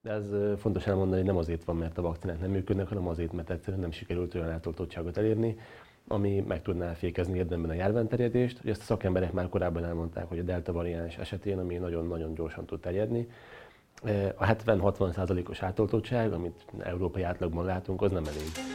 De ez fontos elmondani, hogy nem azért van, mert a vakcinák nem működnek, hanem azért, mert egyszerűen nem sikerült olyan eltoltottságot elérni, ami meg tudná fékezni érdemben a járványterjedést. Ugye ezt a szakemberek már korábban elmondták, hogy a delta variáns esetén, ami nagyon-nagyon gyorsan tud terjedni, a 70-60%-os átoltottság, amit európai átlagban látunk, az nem elég.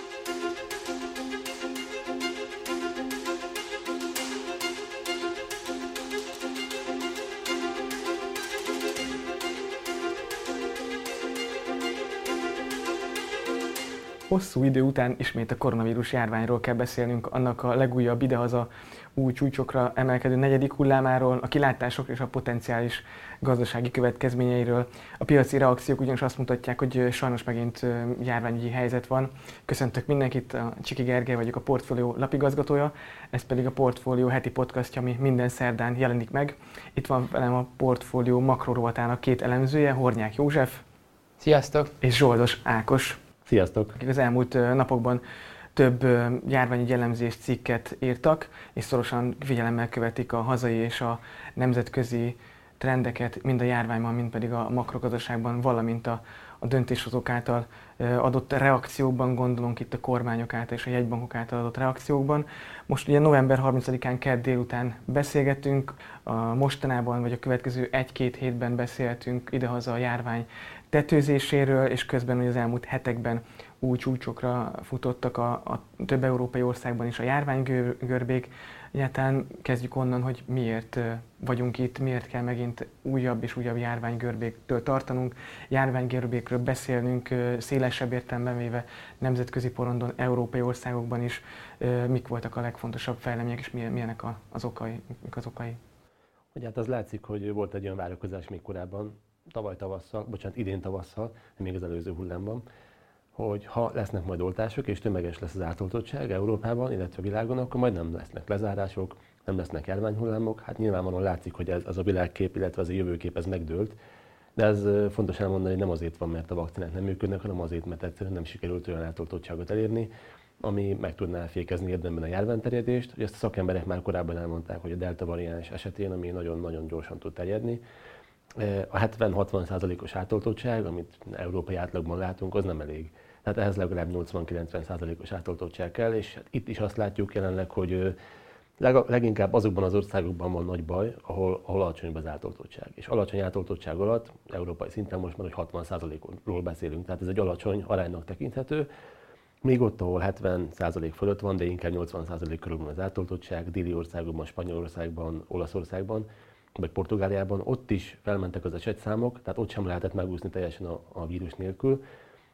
Hosszú idő után ismét a koronavírus járványról kell beszélnünk, annak a legújabb idehaza új csúcsokra emelkedő negyedik hullámáról, a kilátások és a potenciális gazdasági következményeiről. A piaci reakciók ugyanis azt mutatják, hogy sajnos megint járványügyi helyzet van. Köszöntök mindenkit, a Csiki Gergely vagyok, a Portfolio lapigazgatója, ez pedig a Portfolio heti podcastja, ami minden szerdán jelenik meg. Itt van velem a Portfolio makrorovatának két elemzője, Hornyák József. Sziasztok! És Zsoldos Ákos. Sziasztok! Akik az elmúlt napokban több járványügyi elemzés cikket írtak, és szorosan figyelemmel követik a hazai és a nemzetközi trendeket, mind a járványban, mind pedig a makrogazdaságban, valamint a döntéshozók által adott reakciókban, gondolunk itt a kormányok által és a jegybankok által adott reakciókban. Most ugye november 30-án kedd délután beszélgetünk, mostanában vagy a következő 1-2 hétben beszéltünk idehaza a járvány tetőzéséről, és közben az elmúlt hetekben új csúcsokra futottak a több európai országban is a járványgörbék. Egyáltalán kezdjük onnan, hogy miért vagyunk itt, miért kell megint újabb és újabb járványgörbéktől tartanunk, járványgörbékről beszélnünk szélesebb értelemben véve nemzetközi porondon, európai országokban is. Mik voltak a legfontosabb fejlemények, és milyenek az okai? Ugye hát az látszik, hogy volt egy olyan várakozás még korábban, idén tavasszal, még az előző hullámban, hogy ha lesznek majd oltások és tömeges lesz az átoltottság Európában, illetve a világon, akkor majd nem lesznek lezárások, nem lesznek járványhullámok. Hát nyilvánvalóan látszik, hogy ez a világkép, illetve az a jövőkép ez megdőlt. De ez fontos elmondani, hogy nem azért van, mert a vakcinák nem működnek, hanem azért, mert egyszerűen nem sikerült olyan eltoltottságot elérni, ami meg tudná fékezni érdemben a járványterjedést. Ugye ezt a szakemberek már korábban elmondták, hogy a delta variáns esetén, ami nagyon-nagyon gyorsan tud terjedni, a 70-60%-os átoltottság, amit európai átlagban látunk, az nem elég. Tehát ehhez legalább 80-90%-os átoltottság kell, és itt is azt látjuk jelenleg, hogy leginkább azokban az országokban van nagy baj, ahol alacsonyabb az átoltottság. És alacsony átoltottság alatt európai szinten most már, hogy 60%-ról beszélünk, tehát ez egy alacsony aránynak tekinthető. Még ott, ahol 70% fölött van, de inkább 80% körül van az átoltottság, déli országokban, Spanyolországban, Olaszországban, vagy Portugáliában, ott is felmentek az esetszámok, tehát ott sem lehetett megúszni teljesen a vírus nélkül,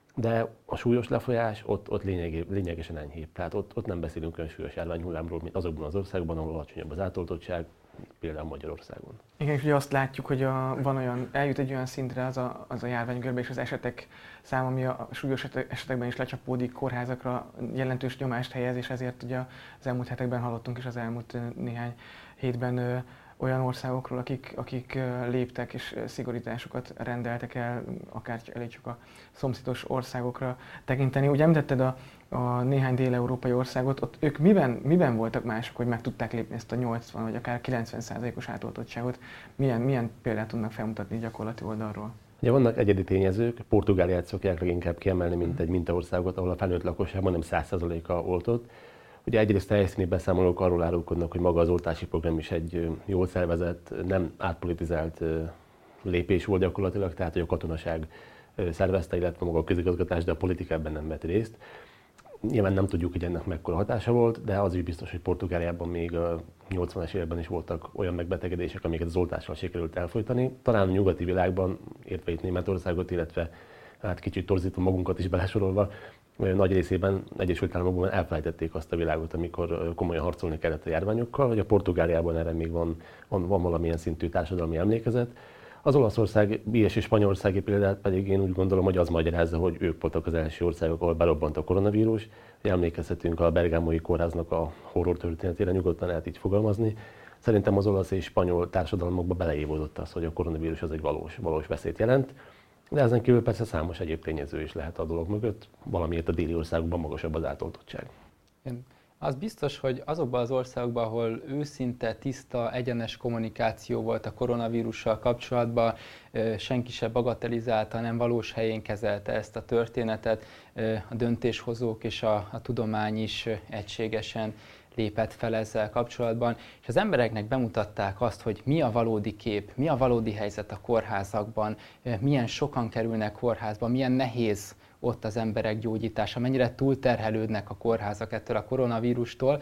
de a súlyos lefolyás ott lényegesen enyhébb. Tehát ott nem beszélünk olyan súlyos járványhullámról, mint azokban az országban, ahol alacsonyabb az átoltottság, például Magyarországon. Igen, és ugye azt látjuk, hogy eljut egy olyan szintre az a járványgörbe és az esetek száma, ami a súlyos esetekben is lecsapódik, kórházakra jelentős nyomást helyez, és ezért ugye az elmúlt hetekben hallottunk is az elmúlt néhány hétben olyan országokról, akik léptek és szigorításokat rendeltek el, akár elég csak a szomszédos országokra tekinteni. Ugye említetted a néhány dél-európai országot, ott ők miben voltak mások, hogy meg tudták lépni ezt a 80 vagy akár 90%-os átoltottságot? Milyen példát tudnak felmutatni gyakorlati oldalról? Ugye vannak egyedi tényezők, Portugáliát szokják leginkább kiemelni, mint egy mintaországot, ahol a felnőtt lakosságban nem 100%-a oltott. Ugye egyrészt helyszíni beszámolók arról árulkodnak, hogy maga az oltási program is egy jól szervezett, nem átpolitizált lépés volt gyakorlatilag, tehát hogy a katonaság szervezte, illetve maga a közigazgatás, de a politika ebben nem vett részt. Nyilván nem tudjuk, hogy ennek mekkora hatása volt, de az is biztos, hogy Portugáliában még a 80-as években is voltak olyan megbetegedések, amiket az oltással sikerült elfojtani. Talán a nyugati világban, értve itt Németországot, illetve hát kicsit torzítva magunkat is belesorolva, nagy részében Egyesült Államokban elfelejtették azt a világot, amikor komolyan harcolni kellett a járványokkal, hogy a Portugáliában erre még van valamilyen szintű társadalmi emlékezet. Az olaszországi és spanyolországi példát pedig én úgy gondolom, hogy az magyarázza, hogy ők voltak az első országok, ahol berobbant a koronavírus. Emlékezhetünk a Bergámoi kórháznak a horror történetére, nyugodtan lehet így fogalmazni. Szerintem az olasz és spanyol társadalmakba beleívódott az, hogy a koronavírus az egy valós veszélyt jelent. De ezen kívül persze számos egyéb tényező is lehet a dolog mögött, valamiért a déli országokban magasabb az átoltottság. Az biztos, hogy azokban az országokban, ahol őszinte, tiszta, egyenes kommunikáció volt a koronavírussal kapcsolatban, senki se bagatelizálta, hanem valós helyén kezelte ezt a történetet, a döntéshozók és a tudomány is egységesen lépett fel ezzel kapcsolatban, és az embereknek bemutatták azt, hogy mi a valódi kép, mi a valódi helyzet a kórházakban, milyen sokan kerülnek kórházba, milyen nehéz ott az emberek gyógyítása, mennyire túlterhelődnek a kórházak ettől a koronavírustól.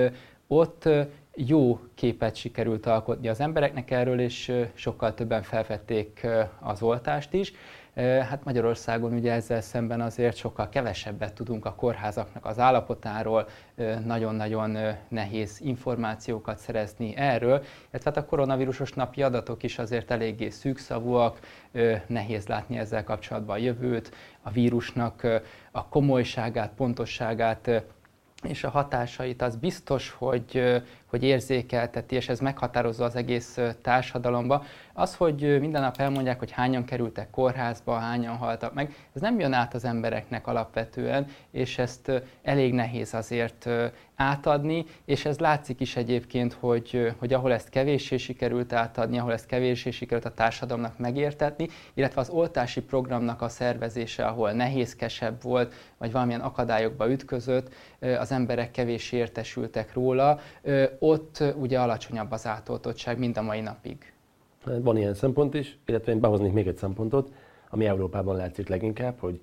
Ott jó képet sikerült alkotni az embereknek erről, és sokkal többen felvették az oltást is. Hát Magyarországon ugye ezzel szemben azért sokkal kevesebbet tudunk a kórházaknak az állapotáról, nagyon-nagyon nehéz információkat szerezni erről, illetve hát a koronavírusos napi adatok is azért eléggé szűkszavúak, nehéz látni ezzel kapcsolatban a jövőt, a vírusnak a komolyságát, pontosságát és a hatásait. Az biztos, hogy érzékelteti, és ez meghatározza az egész társadalomba. Az, hogy minden nap elmondják, hogy hányan kerültek kórházba, hányan haltak meg, ez nem jön át az embereknek alapvetően, és ezt elég nehéz azért átadni, és ez látszik is egyébként, hogy ahol ezt kevéssé sikerült átadni, ahol ezt kevéssé sikerült a társadalomnak megértetni, illetve az oltási programnak a szervezése, ahol nehézkesebb volt, vagy valamilyen akadályokba ütközött, az emberek kevéssé értesültek róla, ott ugye alacsonyabb az átoltottság, mint a mai napig. Van ilyen szempont is, illetve én behoznék még egy szempontot, ami Európában látszik leginkább, hogy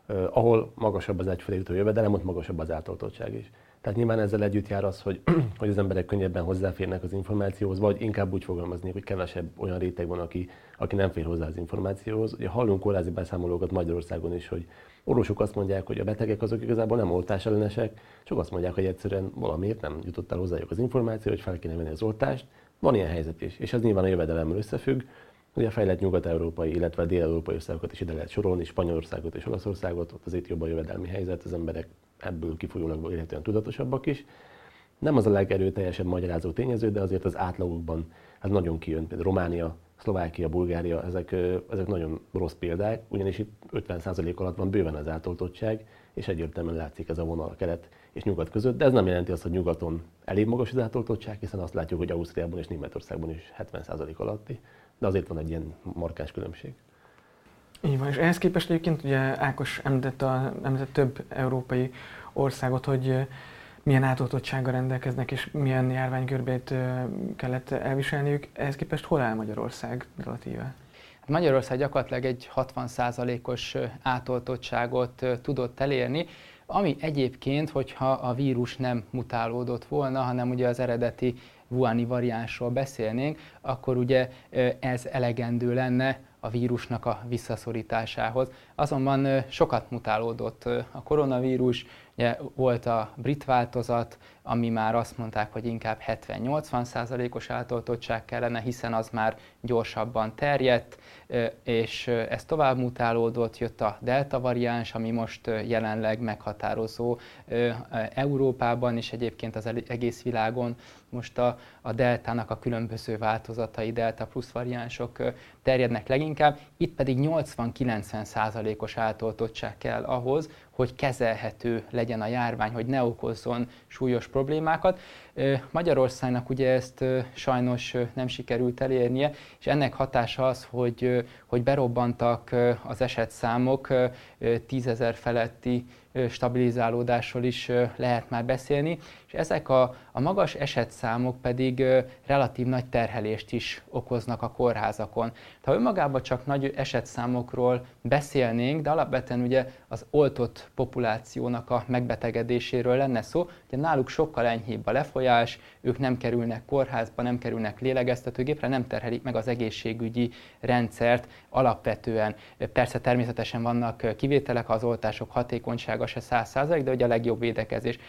ahol magasabb az egyfelé jutó jövedelem, ott magasabb az átoltottság is. Tehát nyilván ezzel együtt jár az, hogy az emberek könnyebben hozzáférnek az információhoz, vagy inkább úgy fogalmaznék, hogy kevesebb olyan réteg van, aki nem fér hozzá az információhoz. Ugye hallunk kórházi beszámolókat Magyarországon is, hogy orvosok azt mondják, hogy a betegek azok igazából nem oltásellenesek, csak azt mondják, hogy egyszerűen valamiért nem jutott el hozzájuk az információ, hogy fel kéne venni az oltást. Van ilyen helyzet is, és ez nyilván a jövedelemmel összefügg. Ugye a fejlett nyugat-európai, illetve dél-európai országokat is ide lehet sorolni, Spanyolországot és Olaszországot, ott azért jobb a jövedelmi helyzet, az emberek ebből kifolyólag illetően tudatosabbak is. Nem az a legerőteljesebb magyarázó tényező, de azért az átlagokban ez nagyon kijön. Például Románia, Szlovákia, Bulgária, ezek nagyon rossz példák, ugyanis itt 50% alatt van bőven az átoltottság, és egyértelműen látszik ez a vonal a kelet és nyugat között, de ez nem jelenti azt, hogy nyugaton elég magas az átoltottság, hiszen azt látjuk, hogy Ausztriában és Németországban is 70% alatti, de azért van egy ilyen markáns különbség. Így van, és ehhez képest egyébként ugye Ákos említett több európai országot, hogy milyen átoltottsággal rendelkeznek, és milyen járványgörbét kellett elviselniük. Ehhez képest hol áll Magyarország relatíve? Magyarország gyakorlatilag egy 60%-os átoltottságot tudott elérni, ami egyébként, hogyha a vírus nem mutálódott volna, hanem ugye az eredeti wuhani variánsról beszélnénk, akkor ugye ez elegendő lenne a vírusnak a visszaszorításához. Azonban sokat mutálódott a koronavírus, ugye volt a brit változat, ami már azt mondták, hogy inkább 70-80%-os átoltottság kellene, hiszen az már gyorsabban terjedt, és ez tovább mutálódott, jött a delta variáns, ami most jelenleg meghatározó Európában, és egyébként az egész világon most a deltának a különböző változatai, delta plusz variánsok terjednek leginkább, itt pedig 80-90%-os átoltottság kell ahhoz, hogy kezelhető legyen a járvány, hogy ne okozzon súlyos problémákat. Magyarországnak ugye ezt sajnos nem sikerült elérnie, és ennek hatása az, hogy berobbantak az esetszámok, 10 000 feletti stabilizálódásról is lehet már beszélni, és ezek a magas esetszámok pedig relatív nagy terhelést is okoznak a kórházakon. Ha önmagában csak nagy esetszámokról beszélnénk, de alapvetően ugye az oltott populációnak a megbetegedéséről lenne szó, ugye náluk sokkal enyhébb a lefolyás, ők nem kerülnek kórházba, nem kerülnek lélegeztetőgépre, nem terhelik meg az egészségügyi rendszert alapvetően. Persze természetesen vannak kivételek, az oltások hatékonysága se 100%, de ugye a legjobb védekezés.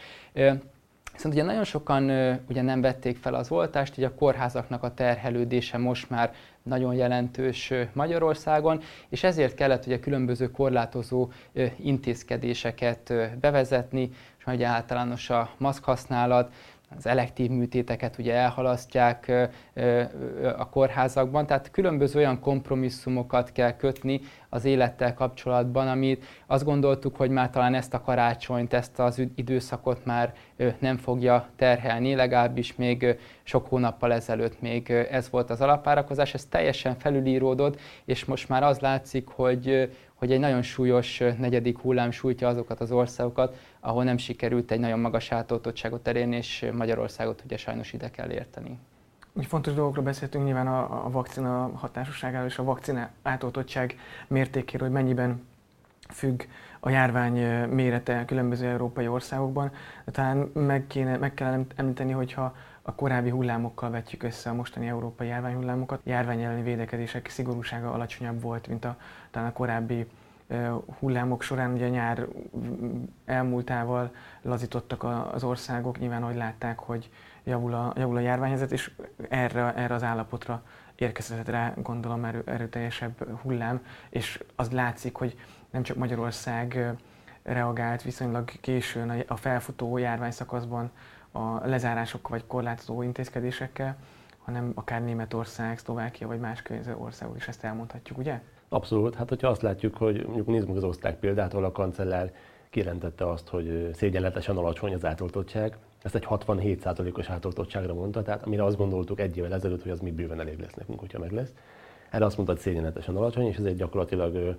Viszont ugye nagyon sokan ugye nem vették fel az oltást, így a kórházaknak a terhelődése most már nagyon jelentős Magyarországon, és ezért kellett ugye különböző korlátozó intézkedéseket bevezetni, és ugye általános a maszkhasználat, az elektív műtéteket ugye elhalasztják a kórházakban, tehát különböző olyan kompromisszumokat kell kötni az élettel kapcsolatban, amit azt gondoltuk, hogy már talán ezt a karácsonyt, ezt az időszakot már nem fogja terhelni, legalábbis még sok hónappal ezelőtt még ez volt az alapvárakozás, ez teljesen felülíródott, és most már az látszik, hogy egy nagyon súlyos negyedik hullám sújtja azokat az országokat, ahol nem sikerült egy nagyon magas átoltottságot elérni, és Magyarországot ugye sajnos ide kell érteni. Úgy fontos dolgokról beszéltünk nyilván a vakcina hatásosságáról és a vakcina átoltottság mértékéről, hogy mennyiben függ a járvány mérete különböző európai országokban. De talán meg kell említeni, hogyha a korábbi hullámokkal vetjük össze a mostani európai járványhullámokat, járvány elleni védekezések szigorúsága alacsonyabb volt, mint talán a korábbi hullámok során. Ugye nyár elmúltával lazítottak az országok, nyilván ahogy látták, hogy javul a járványhelyzet, és erre az állapotra érkezhetett rá, gondolom, erőteljesebb hullám, és az látszik, hogy nem csak Magyarország reagált viszonylag későn a felfutó járványszakaszban a lezárások vagy korlátozó intézkedésekkel, hanem akár Németország, Szlovákia vagy más környező országok is, ezt elmondhatjuk, ugye? Abszolút. Hát, hogyha azt látjuk, hogy mondjuk nézzük az osztrák példát, ahol a kancellár kijelentette azt, hogy szégyenletesen alacsony az átoltottság. Ezt egy 67%-os átoltottságra mondta, tehát amire azt gondoltuk egy évvel ezelőtt, hogy az mi bőven elég lesz nekünk, hogyha meg lesz. Erre azt mondta, hogy szégyenletesen alacsony, és ezért gyakorlatilag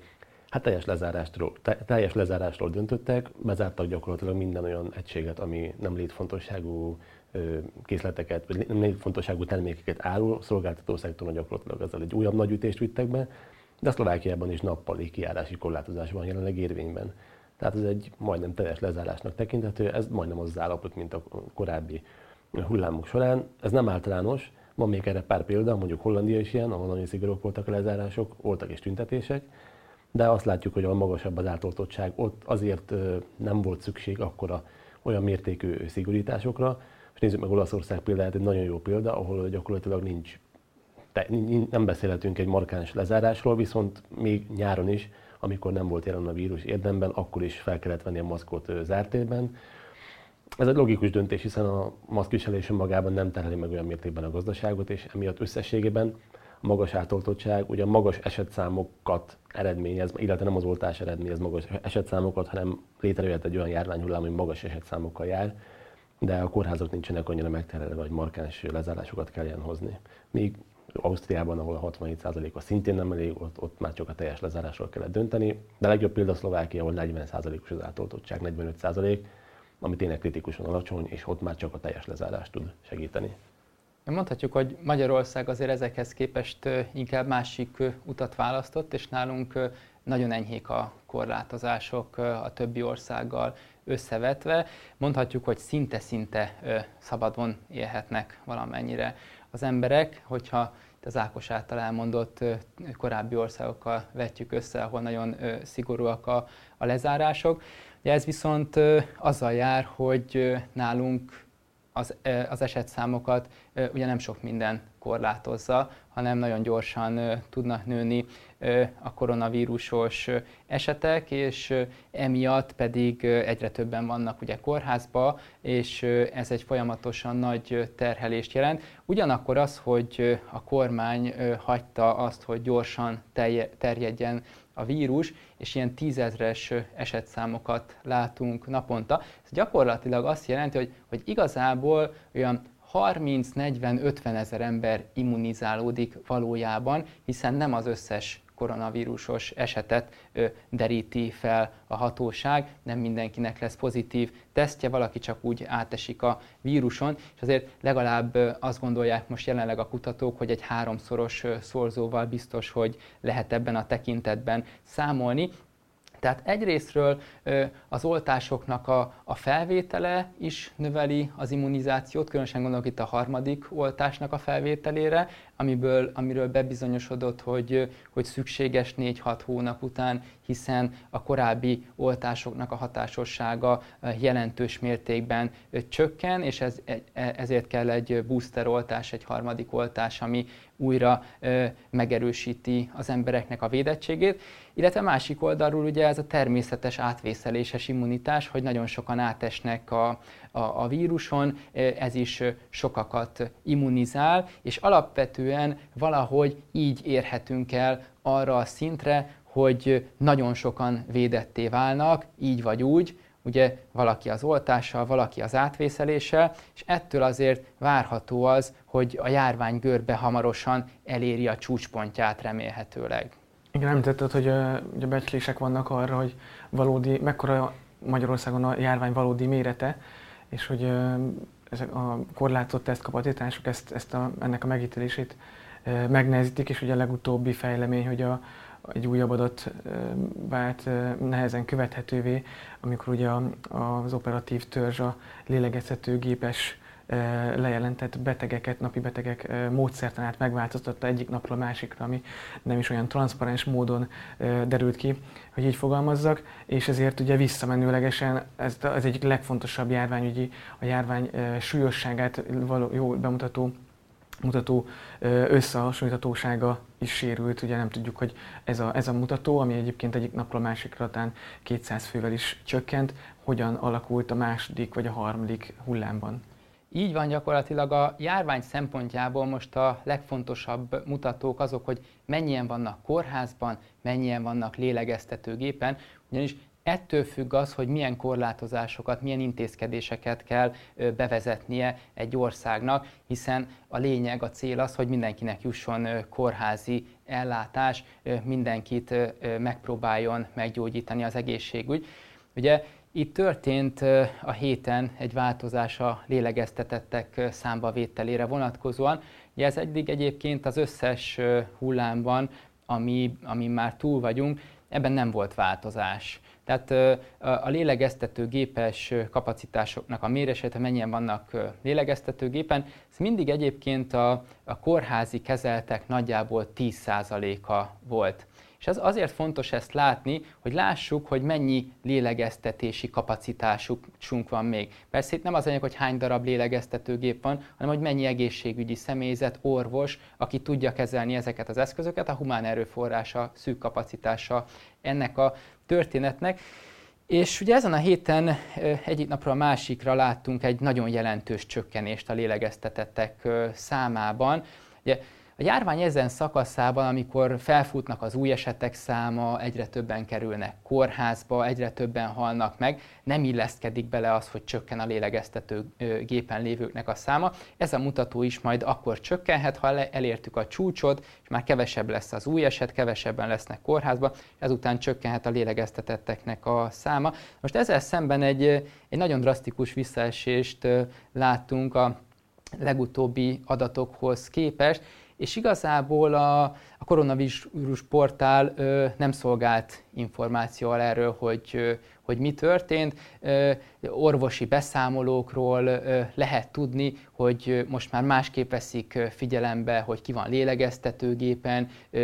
teljes lezárásról döntöttek, bezártak gyakorlatilag minden olyan egységet, ami nem létfontosságú készleteket, vagy nem létfontosságú termékeket árul, szolgáltató szektoron gyakorlatilag ezzel egy újabb nagy ütést vittek be, de a Szlovákiában is nappali kijárási korlátozás van jelenleg érvényben. Tehát ez egy majdnem teljes lezárásnak tekinthető, ez majdnem az állapot, mint a korábbi hullámok során. Ez nem általános, van még erre pár példa, mondjuk Hollandia is ilyen, ahol nagyon szigorúak voltak a lezárások, voltak és tüntetések, de azt látjuk, hogy a magasabb az átoltottság, ott azért nem volt szükség akkora olyan mértékű szigorításokra. És nézzük meg Olaszország példáját, egy nagyon jó példa, ahol gyakorlatilag nem beszélhetünk egy markáns lezárásról, viszont még nyáron is, amikor nem volt jelen a vírus érdemben, akkor is fel kellett venni a maszkot zárt térben. Ez egy logikus döntés, hiszen a maszkviselés magában nem terheli meg olyan mértékben a gazdaságot, és emiatt összességében a magas átoltottság ugye magas esetszámokat eredményez, illetve nem az oltás eredményez magas esetszámokat, hanem létrejöhet egy olyan járványhullám, ami magas esetszámokkal jár, de a kórházak nincsenek annyira megterhelve, hogy markáns lezárásokat kelljen hozni. Míg Ausztriában, ahol a 67%-a szintén nem elég, ott már csak a teljes lezárásról kellett dönteni, de a legjobb példa Szlovákia, ahol 40%-os az átoltottság, 45%, ami tényleg kritikusan alacsony, és ott már csak a teljes lezárást tud segíteni. Mondhatjuk, hogy Magyarország azért ezekhez képest inkább másik utat választott, és nálunk nagyon enyhék a korlátozások a többi országgal összevetve. Mondhatjuk, hogy szinte-szinte szabadon élhetnek valamennyire az emberek, hogyha az Ákos által elmondott korábbi országokkal vetjük össze, ahol nagyon szigorúak a lezárások. De ez viszont azzal jár, hogy nálunk az esetszámokat ugye nem sok minden korlátozza, hanem nagyon gyorsan tudnak nőni a koronavírusos esetek, és emiatt pedig egyre többen vannak ugye kórházba, és ez egy folyamatosan nagy terhelést jelent. Ugyanakkor az, hogy a kormány hagyta azt, hogy gyorsan terjedjen a vírus, és ilyen 10 000-es esetszámokat látunk naponta. Ez gyakorlatilag azt jelenti, hogy igazából olyan 30-40-50 ezer ember immunizálódik valójában, hiszen nem az összes koronavírusos esetet deríti fel a hatóság, nem mindenkinek lesz pozitív tesztje, valaki csak úgy átesik a víruson, és azért legalább azt gondolják most jelenleg a kutatók, hogy egy 3-szoros szorzóval biztos, hogy lehet ebben a tekintetben számolni. Tehát egyrészről az oltásoknak a felvétele is növeli az immunizációt, különösen gondolok itt a harmadik oltásnak a felvételére, amiről bebizonyosodott, hogy szükséges 4-6 hónap után, hiszen a korábbi oltásoknak a hatásossága jelentős mértékben csökken, és ezért kell egy booster oltás, egy harmadik oltás, ami újra megerősíti az embereknek a védettségét. Illetve másik oldalról ugye ez a természetes átvészeléses immunitás, hogy nagyon sokan átesnek a víruson, ez is sokakat immunizál, és alapvetően valahogy így érhetünk el arra a szintre, hogy nagyon sokan védetté válnak, így vagy úgy, ugye valaki az oltással, valaki az átvészeléssel, és ettől azért várható az, hogy a járvány görbe hamarosan eléri a csúcspontját remélhetőleg. Igen, említetted, hogy a becslések vannak arra, hogy mekkora Magyarországon a járvány valódi mérete, és hogy ezek a korlátozott tesztkapacitások ennek a megítélését megnehezítik, és ugye a legutóbbi fejlemény, hogy egy újabb adat vált nehezen követhetővé, amikor ugye az operatív törzs a lélegeztetőgépes lejelentett betegeket, napi betegek módszertanát megváltoztatta egyik napról a másikra, ami nem is olyan transzparens módon derült ki, hogy így fogalmazzak, és ezért ugye visszamenőlegesen ez egyik legfontosabb járványügyi, a járvány súlyosságát jól bemutató összehasonlíthatósága is sérült. Ugye nem tudjuk, hogy ez a mutató, ami egyébként egyik napról a másikra talán 200 fővel is csökkent, hogyan alakult a második vagy a harmadik hullámban. Így van, gyakorlatilag a járvány szempontjából most a legfontosabb mutatók azok, hogy mennyien vannak kórházban, mennyien vannak lélegeztetőgépen, ugyanis ettől függ az, hogy milyen korlátozásokat, milyen intézkedéseket kell bevezetnie egy országnak, hiszen a lényeg, a cél az, hogy mindenkinek jusson kórházi ellátás, mindenkit megpróbáljon meggyógyítani az egészségügy. Ugye itt történt a héten egy változás a lélegeztetettek számbavételére vonatkozóan. Ugye ez eddig egyébként az összes hullámban, ami már túl vagyunk, ebben nem volt változás. Tehát a lélegeztetőgépes kapacitásoknak a mérését, hogy mennyien vannak lélegeztetőgépen, ez mindig egyébként a kórházi kezeltek nagyjából 10%-a volt. És ez azért fontos ezt látni, hogy lássuk, hogy mennyi lélegeztetési kapacitásunk van még. Persze itt nem az anyag, hogy hány darab lélegeztetőgép van, hanem hogy mennyi egészségügyi személyzet, orvos, aki tudja kezelni ezeket az eszközöket, a humán erőforrása, szűk kapacitása ennek a történetnek. És ugye ezen a héten egyik napról a másikra láttunk egy nagyon jelentős csökkenést a lélegeztetettek számában. Ugye, a járvány ezen szakaszában, amikor felfutnak az új esetek száma, egyre többen kerülnek kórházba, egyre többen halnak meg, nem illeszkedik bele az, hogy csökken a lélegeztető gépen lévőknek a száma. Ez a mutató is majd akkor csökkenhet, ha elértük a csúcsot, és már kevesebb lesz az új eset, kevesebben lesznek kórházba, ezután csökkenhet a lélegeztetetteknek a száma. Most ezzel szemben egy nagyon drasztikus visszaesést láttunk a legutóbbi adatokhoz képest, és igazából a koronavírus portál nem szolgált információval erről, hogy mi történt. Orvosi beszámolókról lehet tudni, hogy most már másképp veszik figyelembe, hogy ki van lélegeztetőgépen,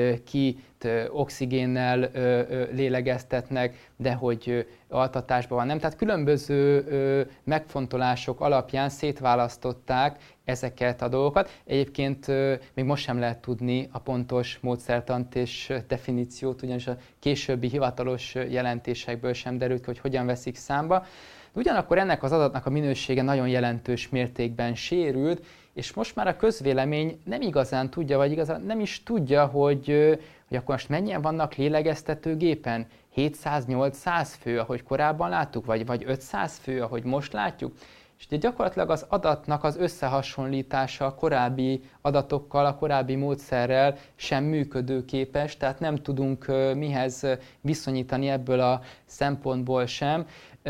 kit oxigénnel lélegeztetnek, de hogy altatásban van nem. Tehát különböző megfontolások alapján szétválasztották ezeket a dolgokat. Egyébként még most sem lehet tudni a pontos módszertant és definíciót, ugyanis a későbbi hivatalos jelentésekből sem derült ki, hogy hogyan veszik számba. De ugyanakkor ennek az adatnak a minősége nagyon jelentős mértékben sérült, és most már a közvélemény nem igazán tudja, vagy igazán nem is tudja, hogy akkor most mennyien vannak lélegeztetőgépen? 700-800 fő, ahogy korábban láttuk, vagy 500 fő, ahogy most látjuk? És ugye gyakorlatilag az adatnak az összehasonlítása a korábbi adatokkal, a korábbi módszerrel sem működőképes, tehát nem tudunk mihez viszonyítani ebből a szempontból sem.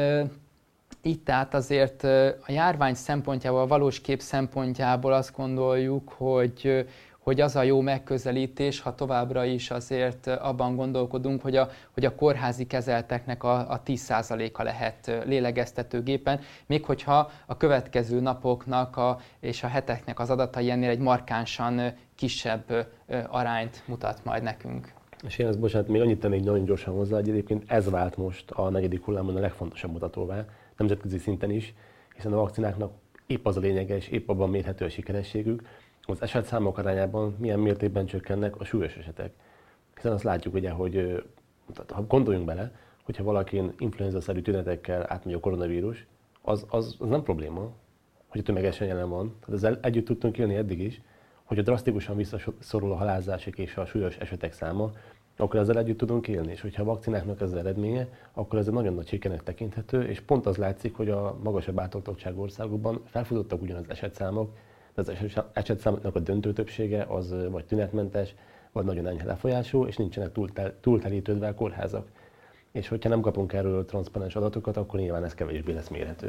Így tehát azért a járvány szempontjából, a valós kép szempontjából azt gondoljuk, hogy az a jó megközelítés, ha továbbra is azért abban gondolkodunk, hogy a kórházi kezelteknek a 10%-a lehet lélegeztetőgépen, még hogyha a következő napoknak és a heteknek az adatai ennél egy markánsan kisebb arányt mutat majd nekünk. És én ezt, bocsánat, még annyit tennék nagyon gyorsan hozzá, hogy egyébként ez vált most a negyedik hullámon a legfontosabb mutatóvá, nemzetközi szinten is, hiszen a vakcináknak épp az a lényege, és épp abban mérhető a sikerességük, az esetszámok arányában milyen mértékben csökkennek a súlyos esetek. Hiszen azt látjuk ugye, hogy ha gondoljunk bele, hogyha valakin influenza-szerű tünetekkel átmegy a koronavírus, az nem probléma, hogy tömegesen jelen van. Tehát ezzel együtt tudtunk élni eddig is, hogyha drasztikusan visszaszorul a halálozások és a súlyos esetek száma, akkor ezzel együtt tudunk élni. És hogyha a vakcináknak ez az eredménye, akkor ez egy nagyon nagy sikernek tekinthető, és pont az látszik, hogy a magasabb átoltottságú országokban felfutottak ugyanaz esetszámok, de az esetszámoknak a döntő többsége az vagy tünetmentes, vagy nagyon enyhe lefolyású, és nincsenek túltelítődve a kórházak. És hogyha nem kapunk erről transzparens adatokat, akkor nyilván ez kevésbé lesz mérhető.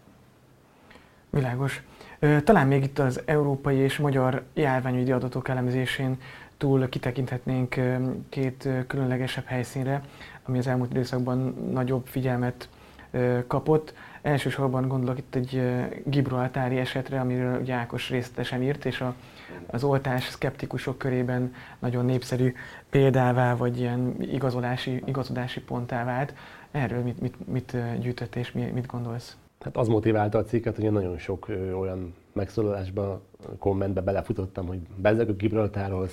Világos. Talán még itt az európai és magyar járványügyi adatok elemzésén túl kitekinthetnénk két különlegesebb helyszínre, ami az elmúlt időszakban nagyobb figyelmet kapott. Elsősorban gondolok itt egy gibraltári esetre, amiről ugye Ákos részletesen írt, és az oltás szkeptikusok körében nagyon népszerű példává, vagy ilyen igazodási ponttá vált. Erről mit gyűjtött és mit gondolsz? Hát az motiválta a cikket, hogy én nagyon sok olyan megszólalásba, kommentbe belefutottam, hogy bezzeg a Gibraltárról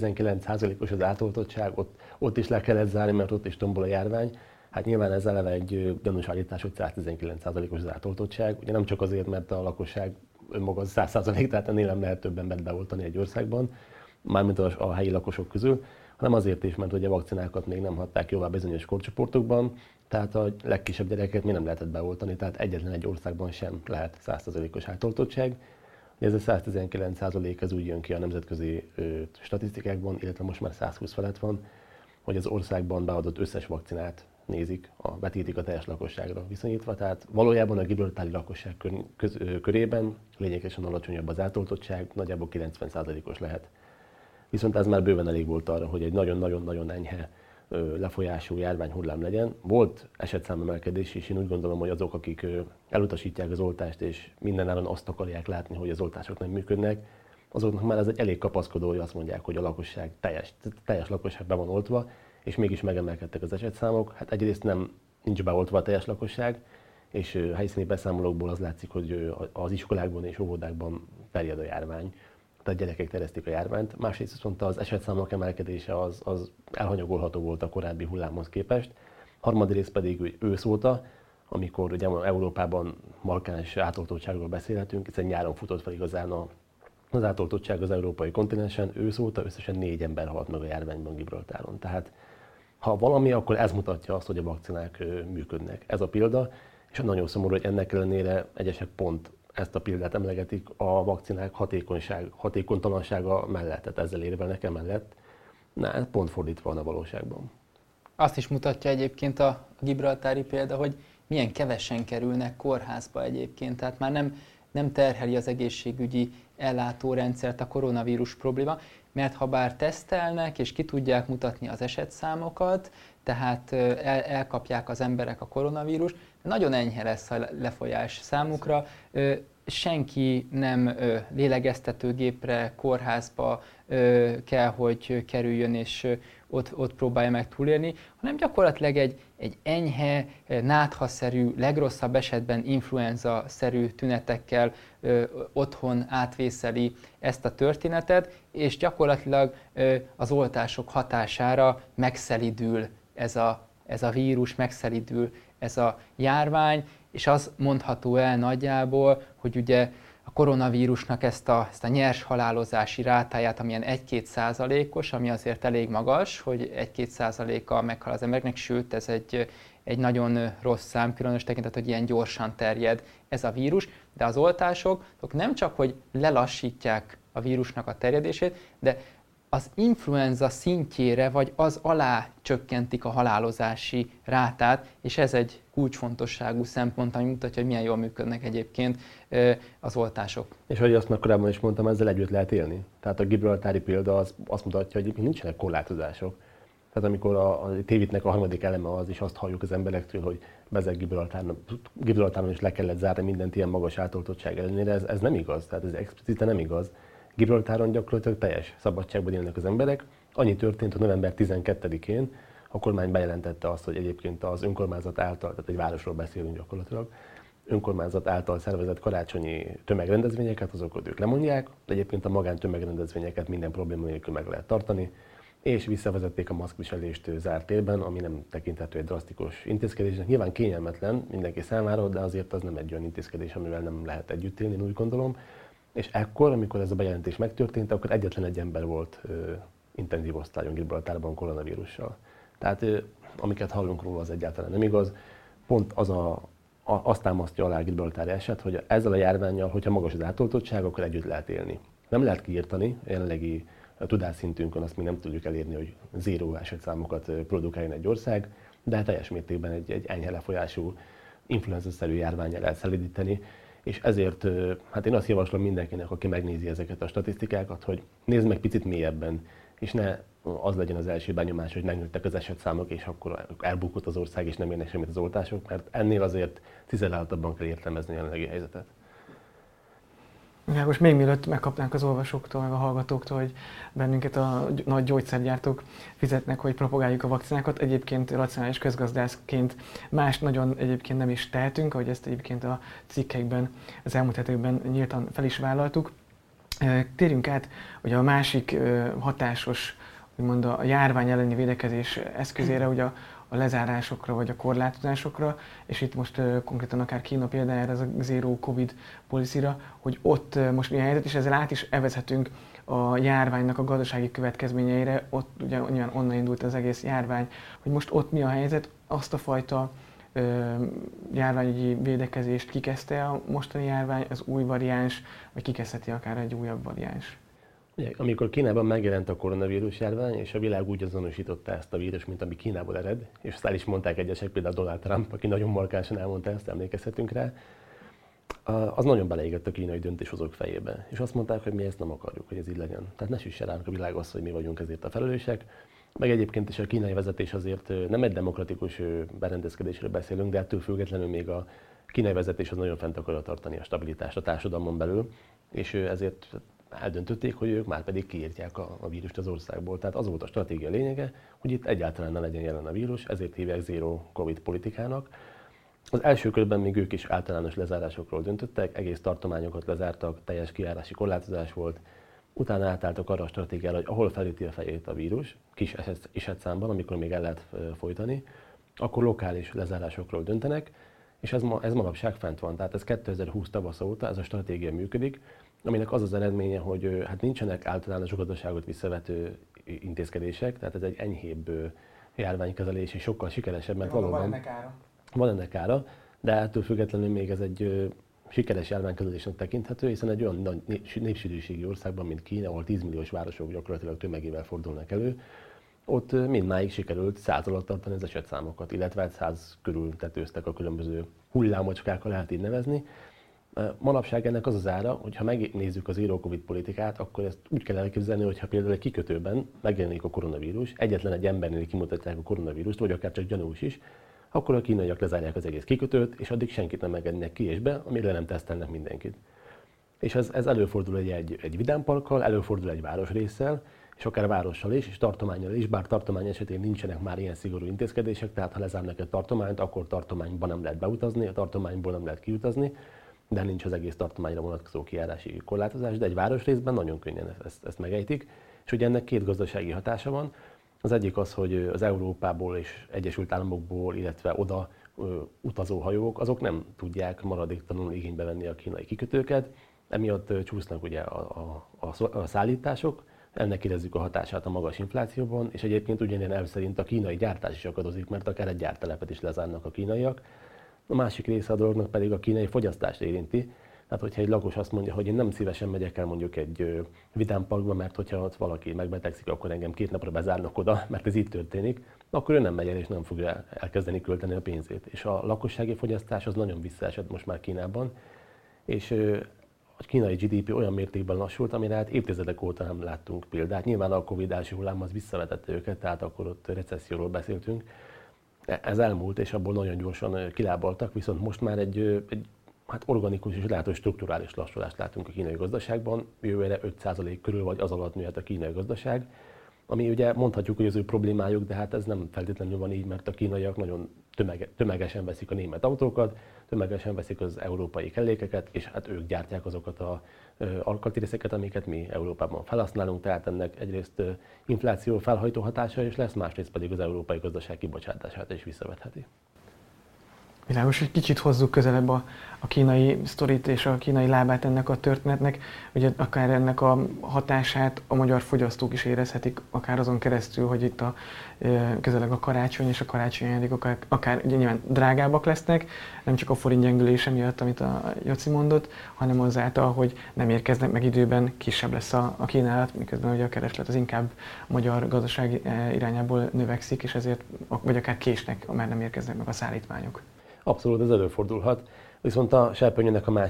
119%-os az átoltottság, ott is le kellett zárni, mert ott is tombol a járvány. Hát nyilván ez eleve egy gyanús állítás, hogy 119%-os az átoltottság. Ugye nem csak azért, mert a lakosság önmaga az 100%, tehát ennél nem lehet több embert beoltani egy országban, mármint a helyi lakosok közül, hanem azért is, mert ugye a vakcinákat még nem hatták jóvá bizonyos korcsoportokban, tehát a legkisebb gyereket még nem lehetett beoltani, tehát egyetlen egy országban sem lehet 100%-os átoltottság. Ez a 119% ez úgy jön ki a nemzetközi statisztikákban, illetve most már 120 felett van, hogy az országban beadott összes vakcinát nézik, vetítik a teljes lakosságra viszonyítva, tehát valójában a gibraltári lakosság körében lényegesen alacsonyabb az átoltottság, nagyjából 90%-os lehet. Viszont ez már bőven elég volt arra, hogy egy nagyon-nagyon-nagyon enyhe lefolyású járványhullám legyen. Volt esetszámemelkedés is, én úgy gondolom, hogy azok, akik elutasítják az oltást és mindenáron azt akarják látni, hogy az oltások nem működnek, azoknak már ez egy elég kapaszkodó, hogy azt mondják, hogy a lakosság teljes lakosság be van oltva, és mégis megemelkedtek az esetszámok. Hát egyrészt nincs beoltva a teljes lakosság, és helyszíni beszámolókból az látszik, hogy az iskolákban és óvodákban terjed a járvány. Tehát gyerekek terjesztik a járványt. Másrészt viszont az esetszámok emelkedése az elhanyagolható volt a korábbi hullámhoz képest. Harmadrészt pedig hogy ősz óta, amikor ugye Európában markáns átoltottságról beszélhetünk, hiszen nyáron futott fel igazán az átoltottság az európai kontinensen, ősz óta összesen 4 ember halt meg a járványban Gibraltáron. Tehát ha valami, akkor ez mutatja azt, hogy a vakcinák működnek. Ez a példa, és nagyon szomorú, hogy ennek ellenére egyesek pont ezt a példát emlegetik a vakcinák hatékonytalansága mellett, tehát ezzel érvelnek emellett. Ez pont fordítva van a valóságban. Azt is mutatja egyébként a gibraltári példa, hogy milyen kevesen kerülnek kórházba egyébként, tehát már nem terheli az egészségügyi ellátórendszert a koronavírus probléma, mert ha bár tesztelnek és ki tudják mutatni az esetszámokat, tehát elkapják az emberek a koronavírus, nagyon enyhe lesz a lefolyás számukra, senki nem lélegeztetőgépre, kórházba kell, hogy kerüljön és ott próbálja meg túlélni, hanem gyakorlatilag egy enyhe, náthaszerű, legrosszabb esetben influenza-szerű tünetekkel otthon átvészeli ezt a történetet, és gyakorlatilag az oltások hatására megszelidül ez a vírus, megszelidül ez a járvány, és az mondható el nagyjából, hogy ugye a koronavírusnak ezt a nyers halálozási rátáját, amilyen 1-2%-os, ami azért elég magas, hogy 1-2%-a meghal az embereknek, sőt ez egy nagyon rossz szám, különös tekintet, hogy ilyen gyorsan terjed ez a vírus, de az oltások nem csak, hogy lelassítják a vírusnak a terjedését, de az influenza szintjére vagy az alá csökkentik a halálozási rátát, és ez egy kulcsfontosságú szempont, ami mutatja, hogy milyen jól működnek egyébként az oltások. És ahogy azt már korábban is mondtam, ezzel együtt lehet élni. Tehát a gibraltári példa azt mutatja, hogy nincsenek korlátozások. Tehát amikor a tévitnek a harmadik eleme az is, azt halljuk az emberektől, hogy bezeg Gibraltáron is le kellett zárni mindent ilyen magas átoltottság ellenére, ez nem igaz, tehát ez explicite nem igaz. Gibraltáron gyakorlatilag teljes szabadságban élnek az emberek. Annyi történt, hogy november 12-én a kormány bejelentette azt, hogy egyébként az önkormányzat által, tehát egy városról beszélünk gyakorlatilag, önkormányzat által szervezett karácsonyi tömegrendezvényeket, azokat ők lemondják, de egyébként a magán tömegrendezvényeket minden probléma nélkül meg lehet tartani, és visszavezették a maszkviselést zárt térben, ami nem tekinthető egy drasztikus intézkedésnek. Nyilván kényelmetlen mindenki számára, de azért az nem egy olyan intézkedés, amivel nem lehet együtt élni, én úgy gondolom. És ekkor, amikor ez a bejelentés megtörtént, akkor egyetlen egy ember volt intenzív osztályon Gibraltárban koronavírussal. Tehát amiket hallunk róla, az egyáltalán nem igaz. Pont azt támasztja alá a gibraltári eset, hogy ezzel a járvánnyal, hogyha magas az átoltottság, akkor együtt lehet élni. Nem lehet kiírtani, a jelenlegi tudásszintünkön azt még nem tudjuk elérni, hogy zéró esetszámokat produkáljon egy ország, de teljes mértékben egy enyhe lefolyású influenza-szerű járvánnyal lehet szelídíteni, és ezért hát én azt javaslom mindenkinek, aki megnézi ezeket a statisztikákat, hogy nézd meg picit mélyebben, és ne az legyen az első benyomás, hogy megnőttek az esetszámok, és akkor elbukott az ország, és nem érnek semmit az oltások, mert ennél azért cizelláltabban kell értelmezni a jelenlegi helyzetet. Ja, most még mielőtt megkapnánk az olvasóktól, meg a hallgatóktól, hogy bennünket a nagy gyógyszergyártók fizetnek, hogy propagáljuk a vakcinákat. Egyébként racionális közgazdászként más nagyon egyébként nem is tehetünk, ahogy ezt egyébként a cikkekben, az elmúlt hetekben nyíltan fel is vállaltuk. Térjünk át, hogy a másik hatásos, úgymond a járvány elleni védekezés eszközére, ugye a lezárásokra vagy a korlátozásokra, és itt most konkrétan akár Kína példájára, ez a Zero Covid policy-ra, hogy ott most mi a helyzet, és ezzel át is evezhetünk a járványnak a gazdasági következményeire, ott ugye onnan indult az egész járvány, hogy most ott mi a helyzet, azt a fajta járványügyi védekezést kikezdte a mostani járvány, az új variáns, vagy kikezdheti akár egy újabb variáns? Ugye, amikor Kínában megjelent a koronavírus járvány, és a világ úgy azonosította ezt a vírus, mint ami Kínából ered, és azt el is mondták egyesek, például Donald Trump, aki nagyon markánsan elmondta ezt, emlékezhetünk rá, az nagyon beleégett a kínai döntéshozók fejébe. És azt mondták, hogy mi ezt nem akarjuk, hogy ez így legyen. Tehát ne süsse ránk a világ azt, hogy mi vagyunk ezért a felelősek. Meg egyébként is a kínai vezetés azért nem egy demokratikus berendezkedésről beszélünk, de ettől függetlenül még a kínai vezetés az nagyon fent akarja tartani a stabilitást a társadalmon belül, és ezért eldöntötték, hogy ők már pedig kiírtják a vírust az országból. Tehát az volt a stratégia lényege, hogy itt egyáltalán ne legyen jelen a vírus, ezért hívják Zero Covid politikának. Az első körben még ők is általános lezárásokról döntöttek, egész tartományokat lezártak, teljes kijárási korlátozás volt. Utána átálltak arra a stratégiára, hogy ahol felüti a fejét a vírus, kis esetszámban, amikor még el lehet folytani, akkor lokális lezárásokról döntenek, és ez manapság fent van. Tehát ez 2020 tavasz óta ez a stratégia működik, aminek az az eredménye, hogy hát nincsenek általános gazdaságot visszavető intézkedések, tehát ez egy enyhébb járványkezelés, és sokkal sikeresebb, mert valóban van ennek ára, de ettől függetlenül még ez egy sikeres járványkezelésnek tekinthető, hiszen egy olyan nagy népsűrűségi országban, mint Kína, ahol 10 milliós városok gyakorlatilag tömegével fordulnak elő, ott mindmáig sikerült 100 alatt tartani az esetszámokat, illetve 100 körül tetőztek a különböző hullámocskákkal, lehet így nevezni. Manapság ennek az az ára, hogy ha megnézzük az Zero Covid politikát, akkor ezt úgy kell elképzelni, hogy ha például egy kikötőben megjelenik a koronavírus, egyetlen egy embernél kimutatják a koronavírust, vagy akár csak gyanús is, akkor a kínaiak lezárják az egész kikötőt, és addig senkit nem engednek ki és be, amire nem tesztelnek mindenkit. És ez előfordul egy vidámparkkal, előfordul egy városrésszel, és akár várossal is, és tartománnyal is, bár tartomány esetén nincsenek már ilyen szigorú intézkedések, tehát ha lezárnak egy tartományt, akkor tartományban nem lehet beutazni, a tartományból nem lehet kiutazni, de nincs az egész tartományra vonatkozó kijárási korlátozás, de egy városrészben nagyon könnyen ezt megejtik, és ugye ennek két gazdasági hatása van. Az egyik az, hogy az Európából és Egyesült Államokból, illetve oda utazó hajók, azok nem tudják maradéktalanul igénybe venni a kínai kikötőket, emiatt csúsznak ugye a szállítások, ennek érezzük a hatását a magas inflációban, és egyébként ugyanilyen elv szerint a kínai gyártás is akadozik, mert akár egy gyártelepet is lezárnak a kínaiak. A másik része a dolognak pedig a kínai fogyasztást érinti. Tehát, hogyha egy lakos azt mondja, hogy én nem szívesen megyek el mondjuk egy vidámparkba, mert hogyha ott valaki megbetegszik, akkor engem 2 napra bezárnak oda, mert ez így történik, akkor ő nem megy el és nem fogja elkezdeni költeni a pénzét. És a lakossági fogyasztás az nagyon visszaesett most már Kínában, és a kínai GDP olyan mértékben lassult, amire hát évtizedek óta nem láttunk példát. Nyilván a Covid első hullám az visszavetette őket, tehát akkor ott recesszióról beszéltünk. Ez elmúlt, és abból nagyon gyorsan kilábaltak, viszont most már egy organikus és lehet, hogy strukturális lassulást látunk a kínai gazdaságban. Jövőre 5% körül vagy az alatt nőhet a kínai gazdaság, ami ugye mondhatjuk, hogy az ő problémájuk, de hát ez nem feltétlenül van így, mert a kínaiak nagyon tömegesen veszik a német autókat, tömegesen veszik az európai kellékeket, és hát ők gyártják azokat az alkatrészeket, amiket mi Európában felhasználunk, tehát ennek egyrészt infláció felhajtó hatása is lesz, másrészt pedig az európai gazdaság kibocsátását is visszavetheti. Világos, hogy kicsit hozzuk közelebb a kínai sztorit és a kínai lábát ennek a történetnek. Ugye akár ennek a hatását a magyar fogyasztók is érezhetik, akár azon keresztül, hogy itt közeleg a karácsony és a karácsonyi ajándékok akár ugye nyilván drágábbak lesznek, nem csak a forint gyengülése miatt, amit a Joci mondott, hanem azáltal, hogy nem érkeznek meg időben, kisebb lesz a kínálat, miközben ugye a kereslet az inkább a magyar gazdaság irányából növekszik, és ezért vagy akár késnek, mert nem érkeznek meg a szállítmányok. Abszolút, ez előfordulhat. Viszont a serpenyőnek a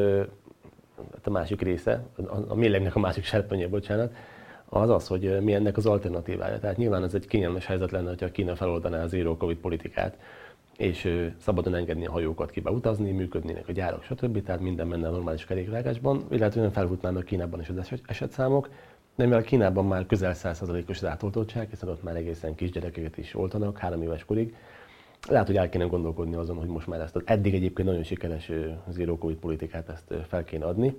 másik része, a mérlegnek a másik serpenye, bocsánat, az az, hogy mi ennek az alternatívája. Tehát nyilván ez egy kényelmes helyzet lenne, hogyha Kína feloldaná az zero covid politikát, és szabadon engedni a hajókat ki utazni, működnének a gyárak, stb. Tehát minden menne a normális kerékvágásban, illetve felfutnának Kínában is az esetszámok, de mivel Kínában már közel 100%-os az átoltottság, hiszen ott már egészen kisgyerekeket is oltanak, 3 éves korig, lehet, hogy el kéne gondolkodni azon, hogy most már ezt az eddig egyébként nagyon sikeres zero covid politikát ezt fel kéne adni.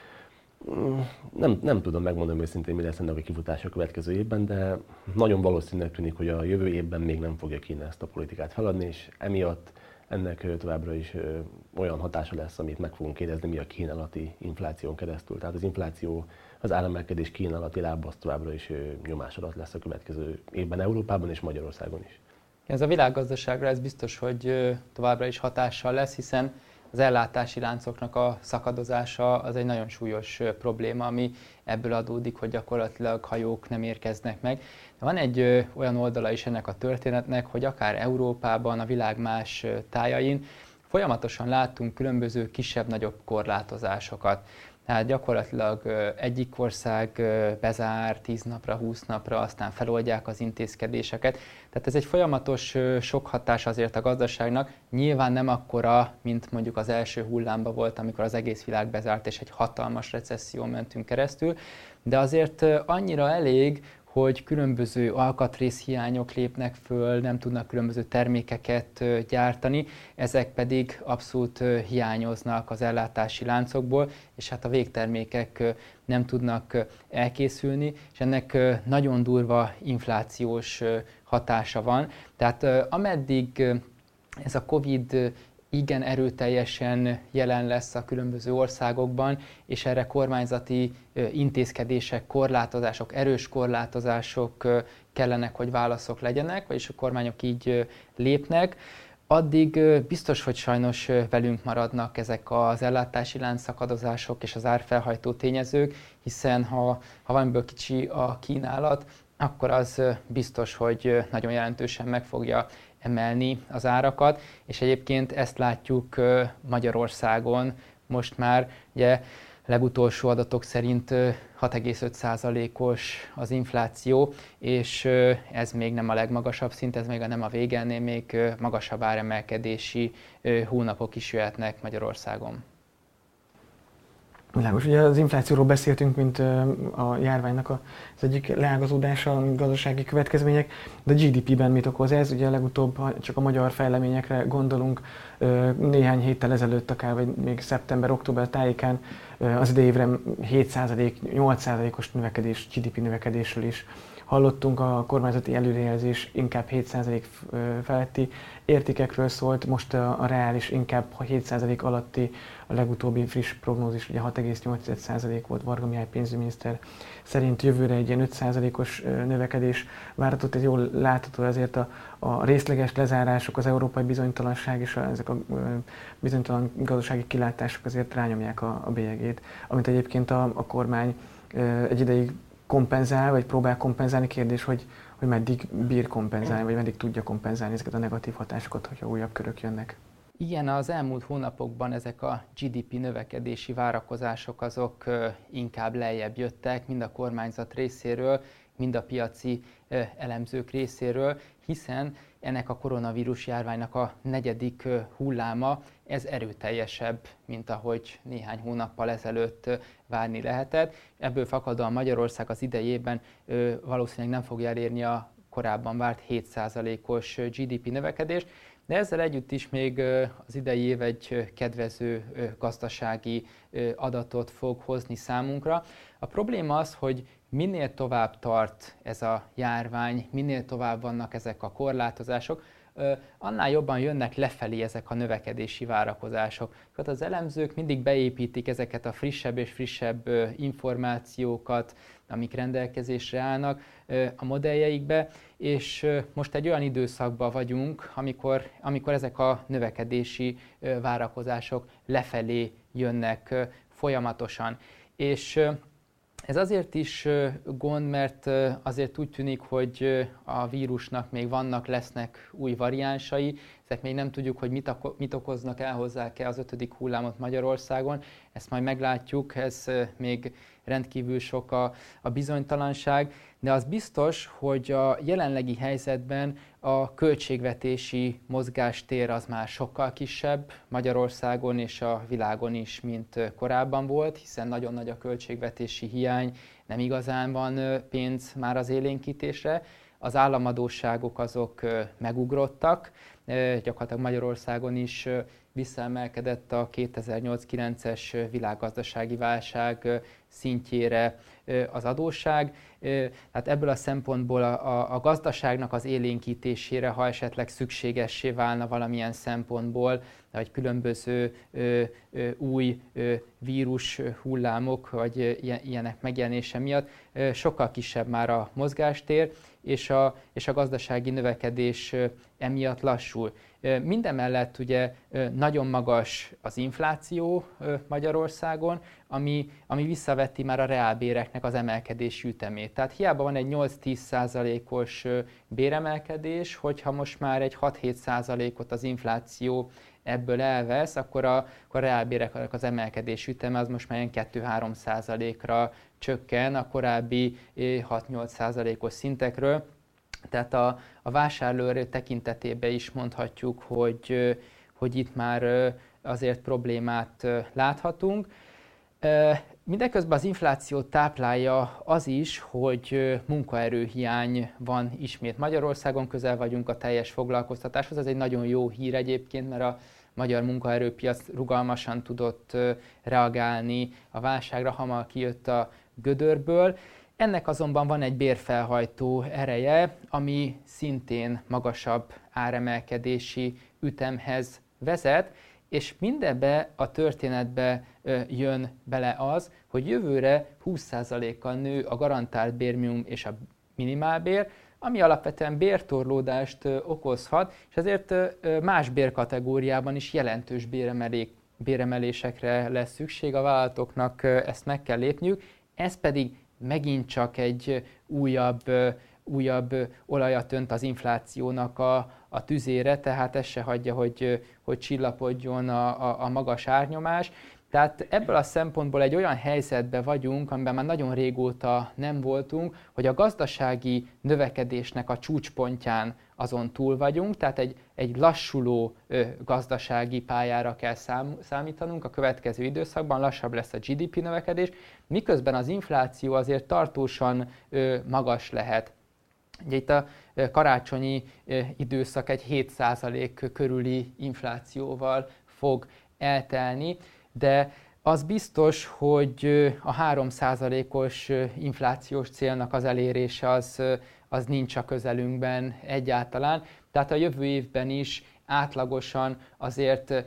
Nem tudom megmondani őszintén, mi lesz ennek a kifutása a következő évben, de nagyon valószínűleg tűnik, hogy a jövő évben még nem fogja Kína ezt a politikát feladni, és emiatt ennek továbbra is olyan hatása lesz, amit meg fogunk érezni mi a kínálati infláción keresztül. Tehát az infláció, az áremelkedés kínálati lába az továbbra is nyomás alatt lesz a következő évben Európában és Magyarországon is. Ez a világgazdaságra ez biztos, hogy továbbra is hatással lesz, hiszen az ellátási láncoknak a szakadozása az egy nagyon súlyos probléma, ami ebből adódik, hogy gyakorlatilag hajók nem érkeznek meg. De van egy olyan oldala is ennek a történetnek, hogy akár Európában, a világ más tájain folyamatosan láttunk különböző kisebb-nagyobb korlátozásokat. Tehát gyakorlatilag egyik ország bezár 10 napra, 20 napra, aztán feloldják az intézkedéseket. Tehát ez egy folyamatos sok hatás azért a gazdaságnak. Nyilván nem akkora, mint mondjuk az első hullámban volt, amikor az egész világ bezárt és egy hatalmas recesszión mentünk keresztül, de azért annyira elég, hogy különböző alkatrészhiányok lépnek föl, nem tudnak különböző termékeket gyártani, ezek pedig abszolút hiányoznak az ellátási láncokból, és hát a végtermékek nem tudnak elkészülni, és ennek nagyon durva inflációs hatása van. Tehát ameddig ez a Covid igen erőteljesen jelen lesz a különböző országokban, és erre kormányzati intézkedések, korlátozások, erős korlátozások kellenek, hogy válaszok legyenek, vagyis a kormányok így lépnek, addig biztos, hogy sajnos velünk maradnak ezek az ellátási láncszakadozások és az árfelhajtó tényezők, hiszen ha valamiből kicsi a kínálat, akkor az biztos, hogy nagyon jelentősen meg fogja emelni az árakat, és egyébként ezt látjuk Magyarországon most már, ugye legutolsó adatok szerint 6,5%-os az infláció, és ez még nem a legmagasabb szint, ez még nem a vége, ennél még magasabb áremelkedési hónapok is jöhetnek Magyarországon. Világos, ugye az inflációról beszéltünk, mint a járványnak az egyik leágazódása, a gazdasági következmények, de a GDP-ben mit okoz ez? Ugye legutóbb, ha csak a magyar fejleményekre gondolunk, néhány héttel ezelőtt, akár vagy még szeptember-október tájékán az idei évre 7%, 8%-os növekedés, GDP növekedésről is hallottunk, a kormányzati előrejelzés inkább 7% feletti értékekről szólt, most a reális inkább 7% alatti, a legutóbbi friss prognózis ugye 6,8% volt, Varga Mihály pénzügyminiszter szerint jövőre egy ilyen 5%-os növekedés várható, ez jól látható, ezért a részleges lezárások, az európai bizonytalanság és ezek a bizonytalan gazdasági kilátások azért rányomják a bélyegét, amit egyébként a kormány egy ideig kompenzál, vagy próbál kompenzálni, kérdés, hogy meddig bír kompenzálni, vagy meddig tudja kompenzálni ezeket a negatív hatásokat, hogyha újabb körök jönnek. Igen, az elmúlt hónapokban ezek a GDP növekedési várakozások azok inkább lejjebb jöttek, mind a kormányzat részéről, mind a piaci elemzők részéről, hiszen ennek a koronavírus járványnak a 4. hulláma, ez erőteljesebb, mint ahogy néhány hónappal ezelőtt várni lehetett. Ebből fakadóan Magyarország az idejében valószínűleg nem fogja elérni a korábban várt 7%-os GDP növekedést, de ezzel együtt is még az idei év egy kedvező gazdasági adatot fog hozni számunkra. A probléma az, hogy minél tovább tart ez a járvány, minél tovább vannak ezek a korlátozások, annál jobban jönnek lefelé ezek a növekedési várakozások. Tehát az elemzők mindig beépítik ezeket a frissebb és frissebb információkat, amik rendelkezésre állnak a modelljeikbe, és most egy olyan időszakban vagyunk, amikor ezek a növekedési várakozások lefelé jönnek folyamatosan. És ez azért is gond, mert azért úgy tűnik, hogy a vírusnak még lesznek új variánsai, ezek még nem tudjuk, hogy mit okoznak, elhozzák-e az 5. hullámot Magyarországon, ezt majd meglátjuk, ez még rendkívül sok a bizonytalanság, de az biztos, hogy a jelenlegi helyzetben a költségvetési mozgástér az már sokkal kisebb Magyarországon és a világon is, mint korábban volt, hiszen nagyon nagy a költségvetési hiány, nem igazán van pénz már az élénkítésre. Az államadósságok azok megugrottak, gyakorlatilag Magyarországon is visszaemelkedett a 2008-9-es világgazdasági válság szintjére az adósság. Tehát ebből a szempontból a gazdaságnak az élénkítésére, ha esetleg szükségessé válna valamilyen szempontból, vagy különböző új vírus hullámok, vagy ilyenek megjelenése miatt, sokkal kisebb már a mozgástér, és a gazdasági növekedés emiatt lassul. Mindemellett ugye nagyon magas az infláció Magyarországon, ami visszaveti már a reálbéreknek az emelkedési ütemét. Tehát hiába van egy 8-10%-os béremelkedés, hogyha most már egy 6-7%-ot az infláció ebből elvesz, akkor a reálbéreknek az emelkedés üteme az most már ilyen 2-3%-ra csökken a korábbi 6-8%-os szintekről. Tehát a vásárlóerő tekintetében is mondhatjuk, hogy itt már azért problémát láthatunk. Mindeközben az inflációt táplálja az is, hogy munkaerőhiány van ismét Magyarországon, közel vagyunk a teljes foglalkoztatáshoz. Ez egy nagyon jó hír egyébként, mert a magyar munkaerőpiac rugalmasan tudott reagálni a válságra, hamar kijött a gödörből. Ennek azonban van egy bérfelhajtó ereje, ami szintén magasabb áremelkedési ütemhez vezet, és mindebbe a történetbe jön bele az, hogy jövőre 20%-kal nő a garantált bérminimum és a minimálbér, ami alapvetően bértorlódást okozhat, és ezért más bérkategóriában is jelentős béremelésekre lesz szükség, a vállalatoknak ezt meg kell lépniük, ez pedig megint csak egy újabb olajat önt az inflációnak a tüzére, tehát ez se hagyja, hogy csillapodjon a magas árnyomás. Tehát ebből a szempontból egy olyan helyzetben vagyunk, amiben már nagyon régóta nem voltunk, hogy a gazdasági növekedésnek a csúcspontján azon túl vagyunk, tehát egy lassuló gazdasági pályára kell számítanunk a következő időszakban, lassabb lesz a GDP növekedés, miközben az infláció azért tartósan magas lehet. Ugye itt a karácsonyi időszak egy 7% körüli inflációval fog eltelni, de az biztos, hogy a 3%-os inflációs célnak az elérése az nincs a közelünkben egyáltalán. Tehát a jövő évben is átlagosan azért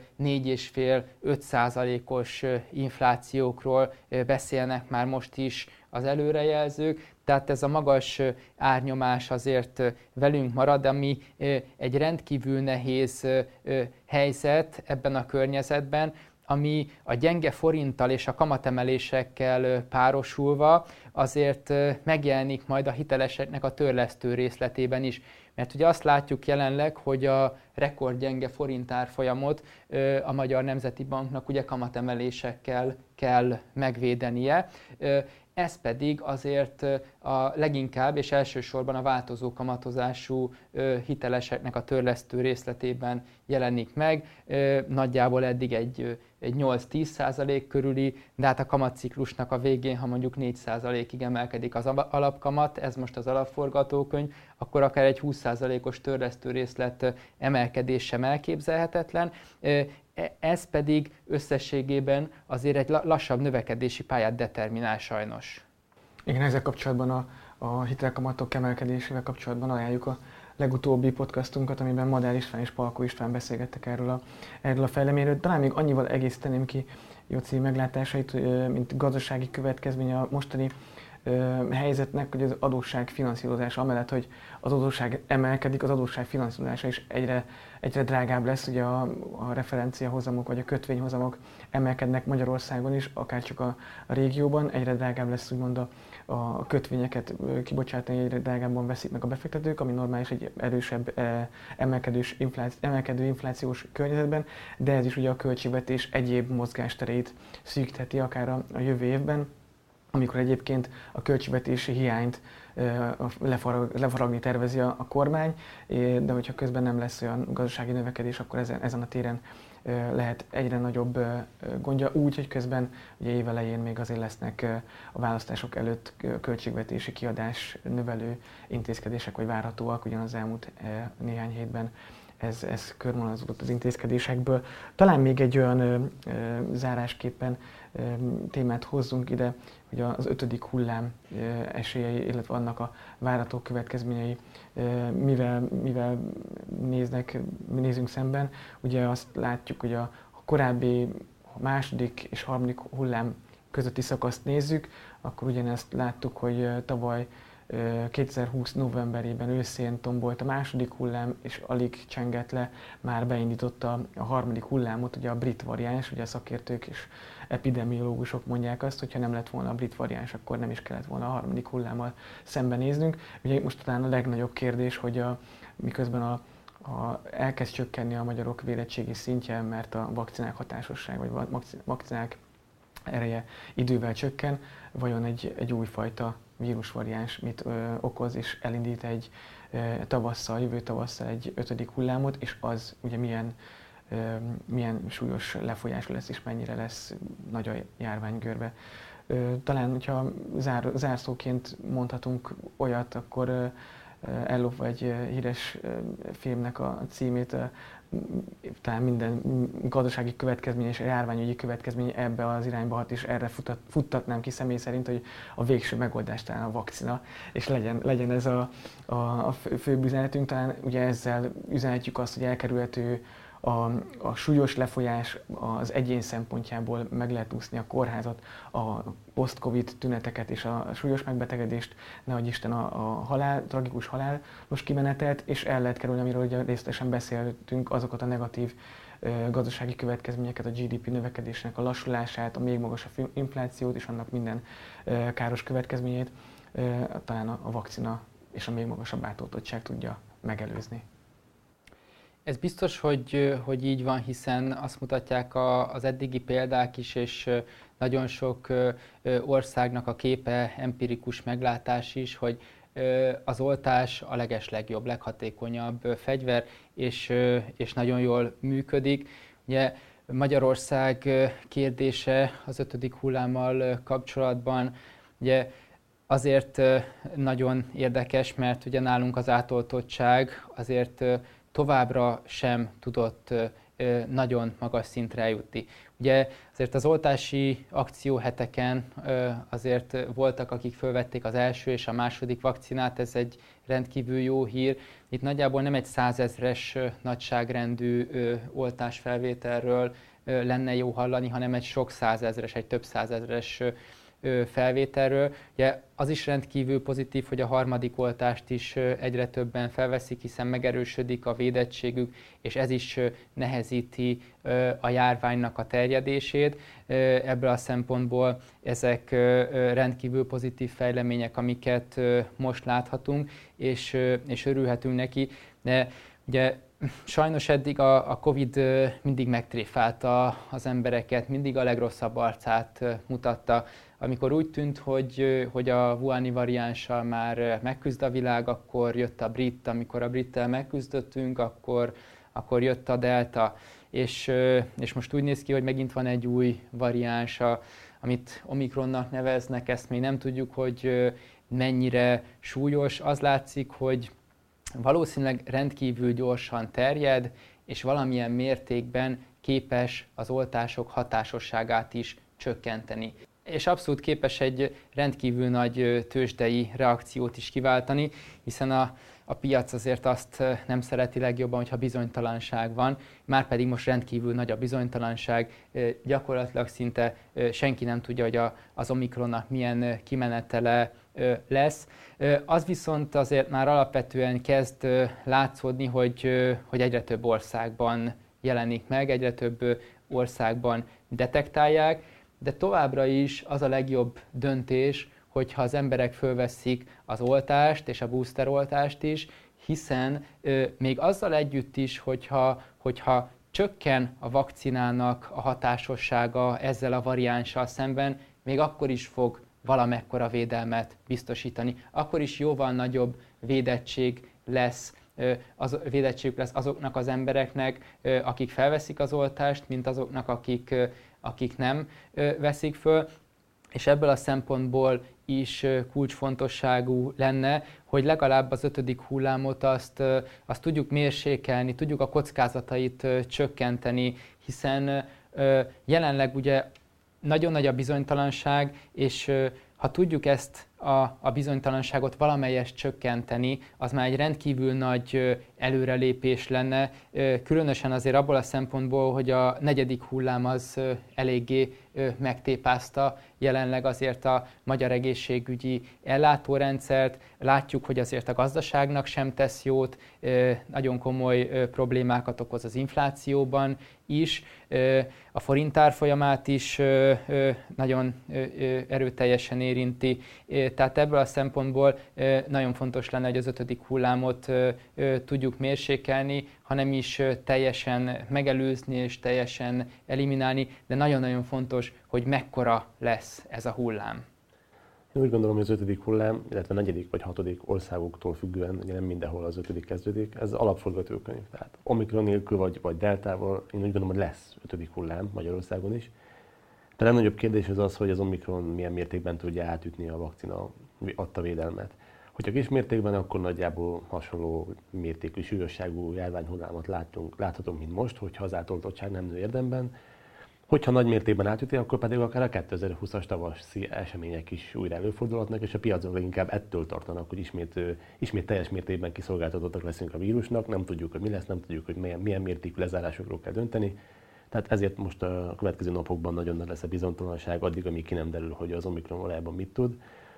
4,5-5%-os inflációkról beszélnek már most is az előrejelzők. Tehát ez a magas árnyomás azért velünk marad, ami egy rendkívül nehéz helyzet ebben a környezetben, ami a gyenge forinttal és a kamatemelésekkel párosulva azért megjelenik majd a hiteleseknek a törlesztő részletében is. Mert ugye azt látjuk jelenleg, hogy a rekordgyenge forint árfolyamot a Magyar Nemzeti Banknak ugye kamatemelésekkel kell megvédenie. Ez pedig azért a leginkább és elsősorban a változó kamatozású hiteleseknek a törlesztő részletében jelenik meg. Nagyjából eddig egy 8-10% körüli, de hát a kamatciklusnak a végén, ha mondjuk 4%-ig emelkedik az alapkamat, ez most az alapforgatókönyv, akkor akár egy 20%-os törlesztő részlet emelkedés sem elképzelhetetlen. Ez pedig összességében azért egy lassabb növekedési pályát determinál sajnos. Igen, ezzel kapcsolatban a hitelkamatok emelkedésével kapcsolatban ajánljuk a legutóbbi podcastunkat, amiben Madár István és Palkó István beszélgettek erről a fejleményről. Talán még annyival egészíteném ki Jóci meglátásait, mint gazdasági következmény a mostani helyzetnek, hogy az adósság finanszírozása, amellett, hogy az adósság emelkedik, az adósság finanszírozása is egyre drágább lesz. Ugye a referenciahozamok vagy a kötvényhozamok emelkednek Magyarországon is, akár csak a régióban, egyre drágább lesz úgymond a kötvényeket kibocsátani, egyre drágábban veszik meg a befektetők, ami normális egy erősebb emelkedő inflációs környezetben, de ez is ugye a költségvetés egyéb mozgástereit szűkítheti akár a jövő évben, amikor egyébként a költségvetési hiányt lefaragni tervezi a kormány, de hogyha közben nem lesz olyan gazdasági növekedés, akkor ezen a téren lehet egyre nagyobb gondja, úgy, hogy közben ugye évelején még azért lesznek a választások előtt költségvetési kiadás növelő intézkedések, vagy várhatóak, ugyan az elmúlt néhány hétben ez körvonalazódott az intézkedésekből. Talán még egy olyan zárásképpen témát hozzunk ide, hogy az 5. hullám esélyei, illetve annak a várható következményei mivel nézünk szemben. Ugye azt látjuk, hogy a korábbi második és harmadik hullám közötti szakaszt nézzük, akkor ugyanezt láttuk, hogy tavaly 2020 novemberében őszén tombolt a második hullám, és alig csengett le, már beindította a harmadik hullámot, ugye a brit variáns, ugye a szakértők és epidemiológusok mondják azt, hogy ha nem lett volna a brit variáns, akkor nem is kellett volna a harmadik hullámmal szembenéznünk. Ugye most talán a legnagyobb kérdés, hogy miközben elkezd csökkenni a magyarok védettségi szintje, mert a vakcinák hatásosság, vagy vakcinák ereje idővel csökken, vajon egy újfajta vírusvariáns mit okoz és elindít egy jövő tavasszal egy 5. hullámot, és az ugye milyen súlyos lefolyású lesz és mennyire lesz nagy a járványgörbe. Talán, hogyha zárszóként mondhatunk olyat, akkor ellopva egy híres filmnek a címét, talán minden gazdasági következmény és járványügyi következmény ebbe az irányba hat, és erre futtatnám ki személy szerint, hogy a végső megoldás talán a vakcina, és legyen ez a főbb üzenetünk. Talán ugye ezzel üzenhetjük azt, hogy elkerülhető a súlyos lefolyás, az egyén szempontjából meg lehet úszni a kórházat, a post-covid tüneteket és a súlyos megbetegedést, nehogy Isten a tragikus halálos kimenetelt, és el lehet kerülni, amiről ugye részletesen beszéltünk, azokat a negatív gazdasági következményeket, a GDP növekedésnek a lassulását, a még magasabb inflációt és annak minden káros következményét talán a vakcina és a még magasabb átoltottság tudja megelőzni. Ez biztos, hogy így van, hiszen azt mutatják az eddigi példák is, és nagyon sok országnak a képe, empirikus meglátás is, hogy az oltás a legeslegjobb, leghatékonyabb fegyver, és nagyon jól működik. Ugye Magyarország kérdése az 5. hullámmal kapcsolatban, ugye azért nagyon érdekes, mert ugye nálunk az átoltottság azért továbbra sem tudott nagyon magas szintre eljutni. Ugye azért az oltási akcióheteken azért voltak, akik fölvették az első és a második vakcinát, ez egy rendkívül jó hír. Itt nagyjából nem egy 100 000-es nagyságrendű oltásfelvételről lenne jó hallani, hanem egy sok 100 000-es, egy több 100 000-es felvételről. Ugye az is rendkívül pozitív, hogy a harmadik oltást is egyre többen felveszik, hiszen megerősödik a védettségük, és ez is nehezíti a járványnak a terjedését. Ebből a szempontból ezek rendkívül pozitív fejlemények, amiket most láthatunk, és örülhetünk neki. De ugye sajnos eddig a Covid mindig megtréfálta az embereket, mindig a legrosszabb arcát mutatta. Amikor úgy tűnt, hogy a wuhani variánssal már megküzd a világ, akkor jött a brit, amikor a brittel megküzdöttünk, akkor jött a delta, és most úgy néz ki, hogy megint van egy új variáns, amit omikronnak neveznek, ezt még nem tudjuk, hogy mennyire súlyos. Az látszik, hogy valószínűleg rendkívül gyorsan terjed, és valamilyen mértékben képes az oltások hatásosságát is csökkenteni. És abszolút képes egy rendkívül nagy tőzsdei reakciót is kiváltani, hiszen a piac azért azt nem szereti legjobban, hogyha bizonytalanság van, márpedig most rendkívül nagy a bizonytalanság, gyakorlatilag szinte senki nem tudja, hogy az Omikronnak milyen kimenetele lesz. Az viszont azért már alapvetően kezd látszódni, hogy egyre több országban jelenik meg, egyre több országban detektálják, de továbbra is az a legjobb döntés, hogyha az emberek fölveszik az oltást és a booster oltást is, hiszen még azzal együtt is, hogyha csökken a vakcinának a hatásossága ezzel a variánssal szemben, még akkor is fog valamekkora védelmet biztosítani. Akkor is jóval nagyobb védettség lesz azoknak az embereknek, akik felveszik az oltást, mint azoknak, akik nem veszik föl. És ebből a szempontból is kulcsfontosságú lenne, hogy legalább az 5. hullámot azt tudjuk mérsékelni, tudjuk a kockázatait csökkenteni, hiszen jelenleg ugye nagyon nagy a bizonytalanság, és ha tudjuk ezt a bizonytalanságot valamelyest csökkenteni, az már egy rendkívül nagy előrelépés lenne, különösen azért abból a szempontból, hogy a 4. hullám az eléggé megtépázta jelenleg azért a magyar egészségügyi ellátórendszert. Látjuk, hogy azért a gazdaságnak sem tesz jót, nagyon komoly problémákat okoz az inflációban is, a forint árfolyamát is nagyon erőteljesen érinti. Tehát ebből a szempontból nagyon fontos lenne, hogy az 5. hullámot tudjuk mérsékelni, hanem is teljesen megelőzni és teljesen eliminálni, de nagyon-nagyon fontos, hogy mekkora lesz ez a hullám. Én úgy gondolom, hogy az 5. hullám, illetve 4. vagy 6. országoktól függően, ugye nem mindenhol az 5. kezdődik, ez alapforgatókönyv. Tehát Omikron nélkül vagy deltával én úgy gondolom, hogy lesz 5. hullám Magyarországon is. De a legnagyobb kérdés az, hogy az Omikron milyen mértékben tudja átütni a vakcina adta védelmet. Hogyha kis mértékben, akkor nagyjából hasonló mértékű, súlyosságú járványhullámot láthatunk, mint most, hogyha az átoltottság nem nő érdemben. Hogyha nagy mértékben átüti, akkor pedig akár a 2020-as tavaszi események is újra előfordulhatnak, és a piacok inkább ettől tartanak, hogy ismét teljes mértékben kiszolgáltatottak leszünk a vírusnak, nem tudjuk, hogy mi lesz, nem tudjuk, hogy milyen mértékű lezárásokról kell dönteni. Tehát ezért most a következő napokban nagyon nagy lesz a bizonytalanság, addig, amíg ki nem derül, hogy az Omikron valójában mit tud.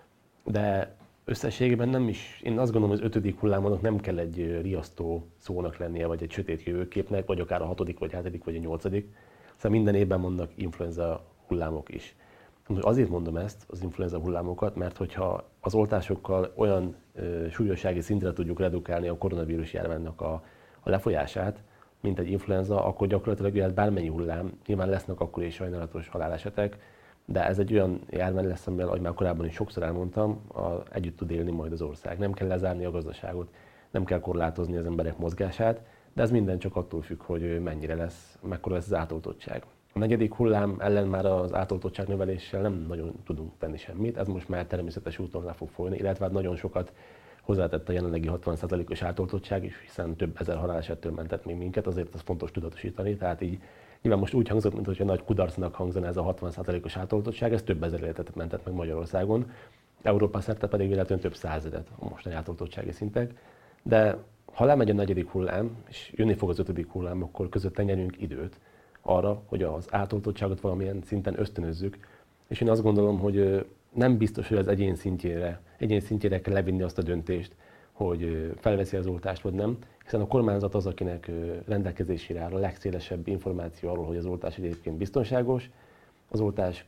De összességében nem is, én azt gondolom, hogy az 5. hullámnak nem kell egy riasztó szónak lennie, vagy egy sötét jövőképnek, vagy akár a 6., vagy 7., vagy a 8. Szóval minden évben vannak influenza hullámok is. Azért mondom ezt, az influenza hullámokat, mert hogyha az oltásokkal olyan súlyossági szintre tudjuk redukálni a koronavírus járványnak a lefolyását, mint egy influenza, akkor gyakorlatilag jöhet bármennyi hullám, nyilván lesznek akkor is sajnálatos halálesetek, de ez egy olyan járvány lesz, amivel, ahogy már korábban is sokszor elmondtam, együtt tud élni majd az ország. Nem kell lezárni a gazdaságot, nem kell korlátozni az emberek mozgását, de ez minden csak attól függ, hogy mekkora lesz az átoltottság. A 4. hullám ellen már az átoltottság növeléssel nem nagyon tudunk tenni semmit, ez most már természetes úton le fog folyni, illetve nagyon sokat hozzátett a jelenlegi 60%-os átoltottság is, hiszen több ezer halálesettől mentett még minket, azért az fontos tudatosítani, tehát így nyilván most úgy hangzott, mintha nagy kudarcnak hangzana ez a 60%-os átoltottság, ez több ezer életet mentett meg Magyarországon, Európa szerte pedig véletlenül több százezret a mostani átoltottsági szintek, de ha lemegy a 4. hullám, és jönni fog az 5. hullám, akkor közötte nyerjünk időt arra, hogy az átoltottságot valamilyen szinten ösztönözzük, és én azt gondolom, hogy nem biztos, hogy az egyén szintjére kell levinni azt a döntést, hogy felveszi az oltást, vagy nem, hiszen a kormányzat az, akinek rendelkezésére áll a legszélesebb információ arról, hogy az oltás egyébként biztonságos, az oltás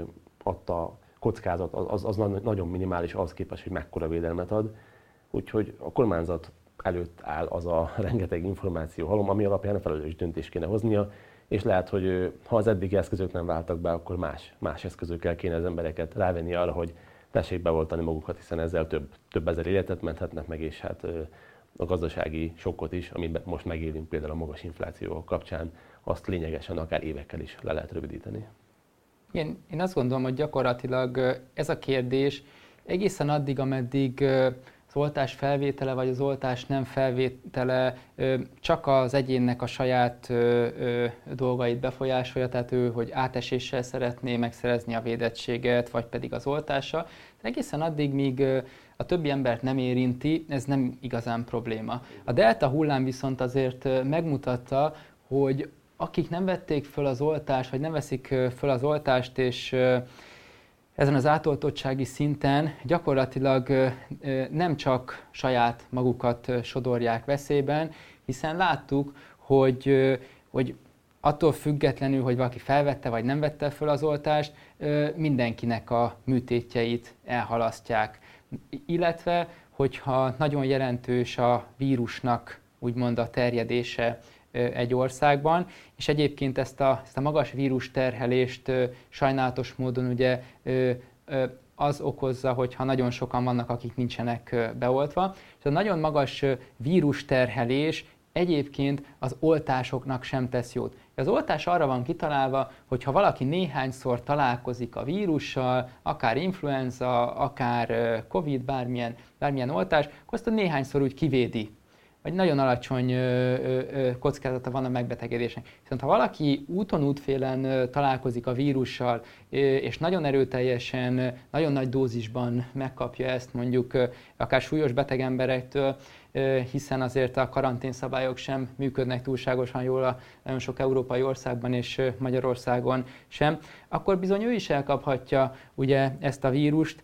adta kockázat az nagyon minimális ahhoz képest, hogy mekkora védelmet ad, úgyhogy a kormányzat előtt áll az a rengeteg információ halom, ami alapján felelős döntést kéne hoznia, és lehet, hogy ha az eddigi eszközök nem váltak be, akkor más eszközökkel kéne az embereket rávenni arra, hogy tessék beoltani magukat, hiszen ezzel több ezer életet menthetnek meg, és hát a gazdasági sokkot is, amit most megélünk például a magas infláció kapcsán, azt lényegesen akár évekkel is le lehet rövidíteni. Igen, én azt gondolom, hogy gyakorlatilag ez a kérdés egészen addig, ameddig az oltás felvétele vagy az oltás nem felvétele csak az egyénnek a saját dolgait befolyásolja, tehát ő, hogy áteséssel szeretné megszerezni a védettséget, vagy pedig az oltással. Egészen addig, míg a többi embert nem érinti, ez nem igazán probléma. A delta hullám viszont azért megmutatta, hogy akik nem vették föl az oltást, vagy nem veszik föl az oltást, és ezen az átoltottsági szinten gyakorlatilag nem csak saját magukat sodorják veszélyben, hiszen láttuk, hogy attól függetlenül, hogy valaki felvette vagy nem vette föl az oltást, mindenkinek a műtétjeit elhalasztják. Illetve, hogyha nagyon jelentős a vírusnak úgymond a terjedése egy országban, és egyébként ezt a magas vírusterhelést sajnálatos módon ugye az okozza, hogyha nagyon sokan vannak, akik nincsenek beoltva. És a nagyon magas vírusterhelés egyébként az oltásoknak sem tesz jót. Az oltás arra van kitalálva, hogy ha valaki néhányszor találkozik a vírussal, akár influenza, akár Covid, bármilyen oltás, akkor azt a néhányszor úgy kivédi. Vagy nagyon alacsony kockázata van a megbetegedésnek. Viszont ha valaki útfélen találkozik a vírussal, és nagyon erőteljesen, nagyon nagy dózisban megkapja ezt mondjuk akár súlyos beteg emberektől, hiszen azért a karanténszabályok sem működnek túlságosan jól a nagyon sok európai országban és Magyarországon sem, akkor bizony ő is elkaphatja ugye ezt a vírust,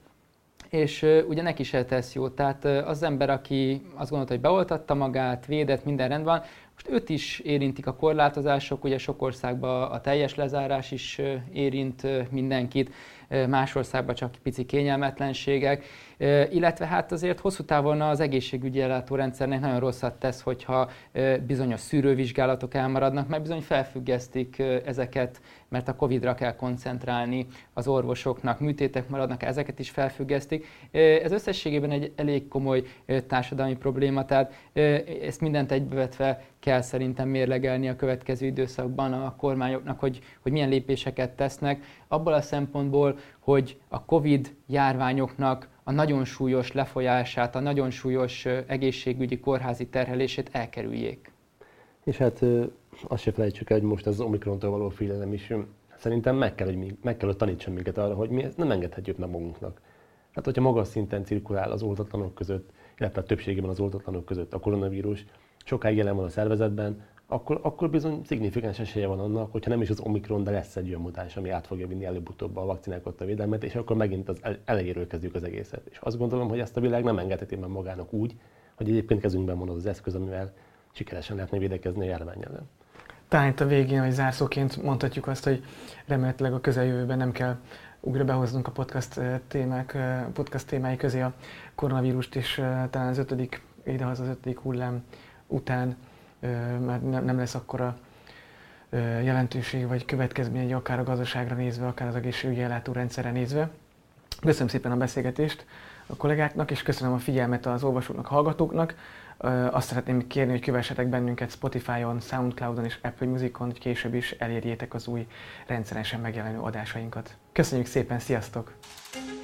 és ugye neki se tesz jót. Tehát az ember, aki azt gondolta, hogy beoltatta magát, védett, minden rendben van, most őt is érintik a korlátozások, ugye sok országban a teljes lezárás is érint mindenkit, más országban csak pici kényelmetlenségek, illetve hát azért hosszú távon az egészségügyi ellátórendszernek nagyon rosszat tesz, hogyha bizonyos szűrővizsgálatok elmaradnak, mert bizony felfüggesztik ezeket, mert a Covid-ra kell koncentrálni az orvosoknak, műtétek maradnak, ezeket is felfüggesztik. Ez összességében egy elég komoly társadalmi probléma, tehát ezt mindent egybevetve kell szerintem mérlegelni a következő időszakban a kormányoknak, hogy milyen lépéseket tesznek, abból a szempontból, hogy a Covid járványoknak a nagyon súlyos lefolyását, a nagyon súlyos egészségügyi kórházi terhelését elkerüljék. És hát azt se felejtsük el, hogy most az Omikrontól való félelem is szerintem meg kell, hogy tanítson minket arra, hogy mi ezt nem engedhetjük meg magunknak. Hát, hogyha magas szinten cirkulál az oltatlanok között, illetve a többségében az oltatlanok között a koronavírus, sokáig jelen van a szervezetben, akkor bizony szignifikáns esélye van annak, hogyha nem is az Omikron, de lesz egy olyan mutáns, ami át fogja vinni előbb-utóbb a vakcinákat, a védelmet, és akkor megint az elejéről kezdjük az egészet. És azt gondolom, hogy ezt a világ nem engedheti meg magának úgy, hogy egyébként kezünkben van az az eszköz, amivel sikeresen lehetne védekezni a járvány ellen. Talán itt a végén, vagy zárszóként mondhatjuk azt, hogy remélhetőleg a közeljövőben nem kell újra behoznunk a podcast témái közé a koronavírust, és talán az az ötödik hullám után már nem lesz akkora jelentőség vagy következmény akár a gazdaságra nézve, akár az egészségügyi ellátórendszerre nézve. Köszönöm szépen a beszélgetést a kollégáknak, és köszönöm a figyelmet az olvasóknak, hallgatóknak. Azt szeretném kérni, hogy kövessetek bennünket Spotify-on, Soundcloud-on és Apple Music-on, hogy később is elérjétek az új rendszeresen megjelenő adásainkat. Köszönjük szépen, sziasztok!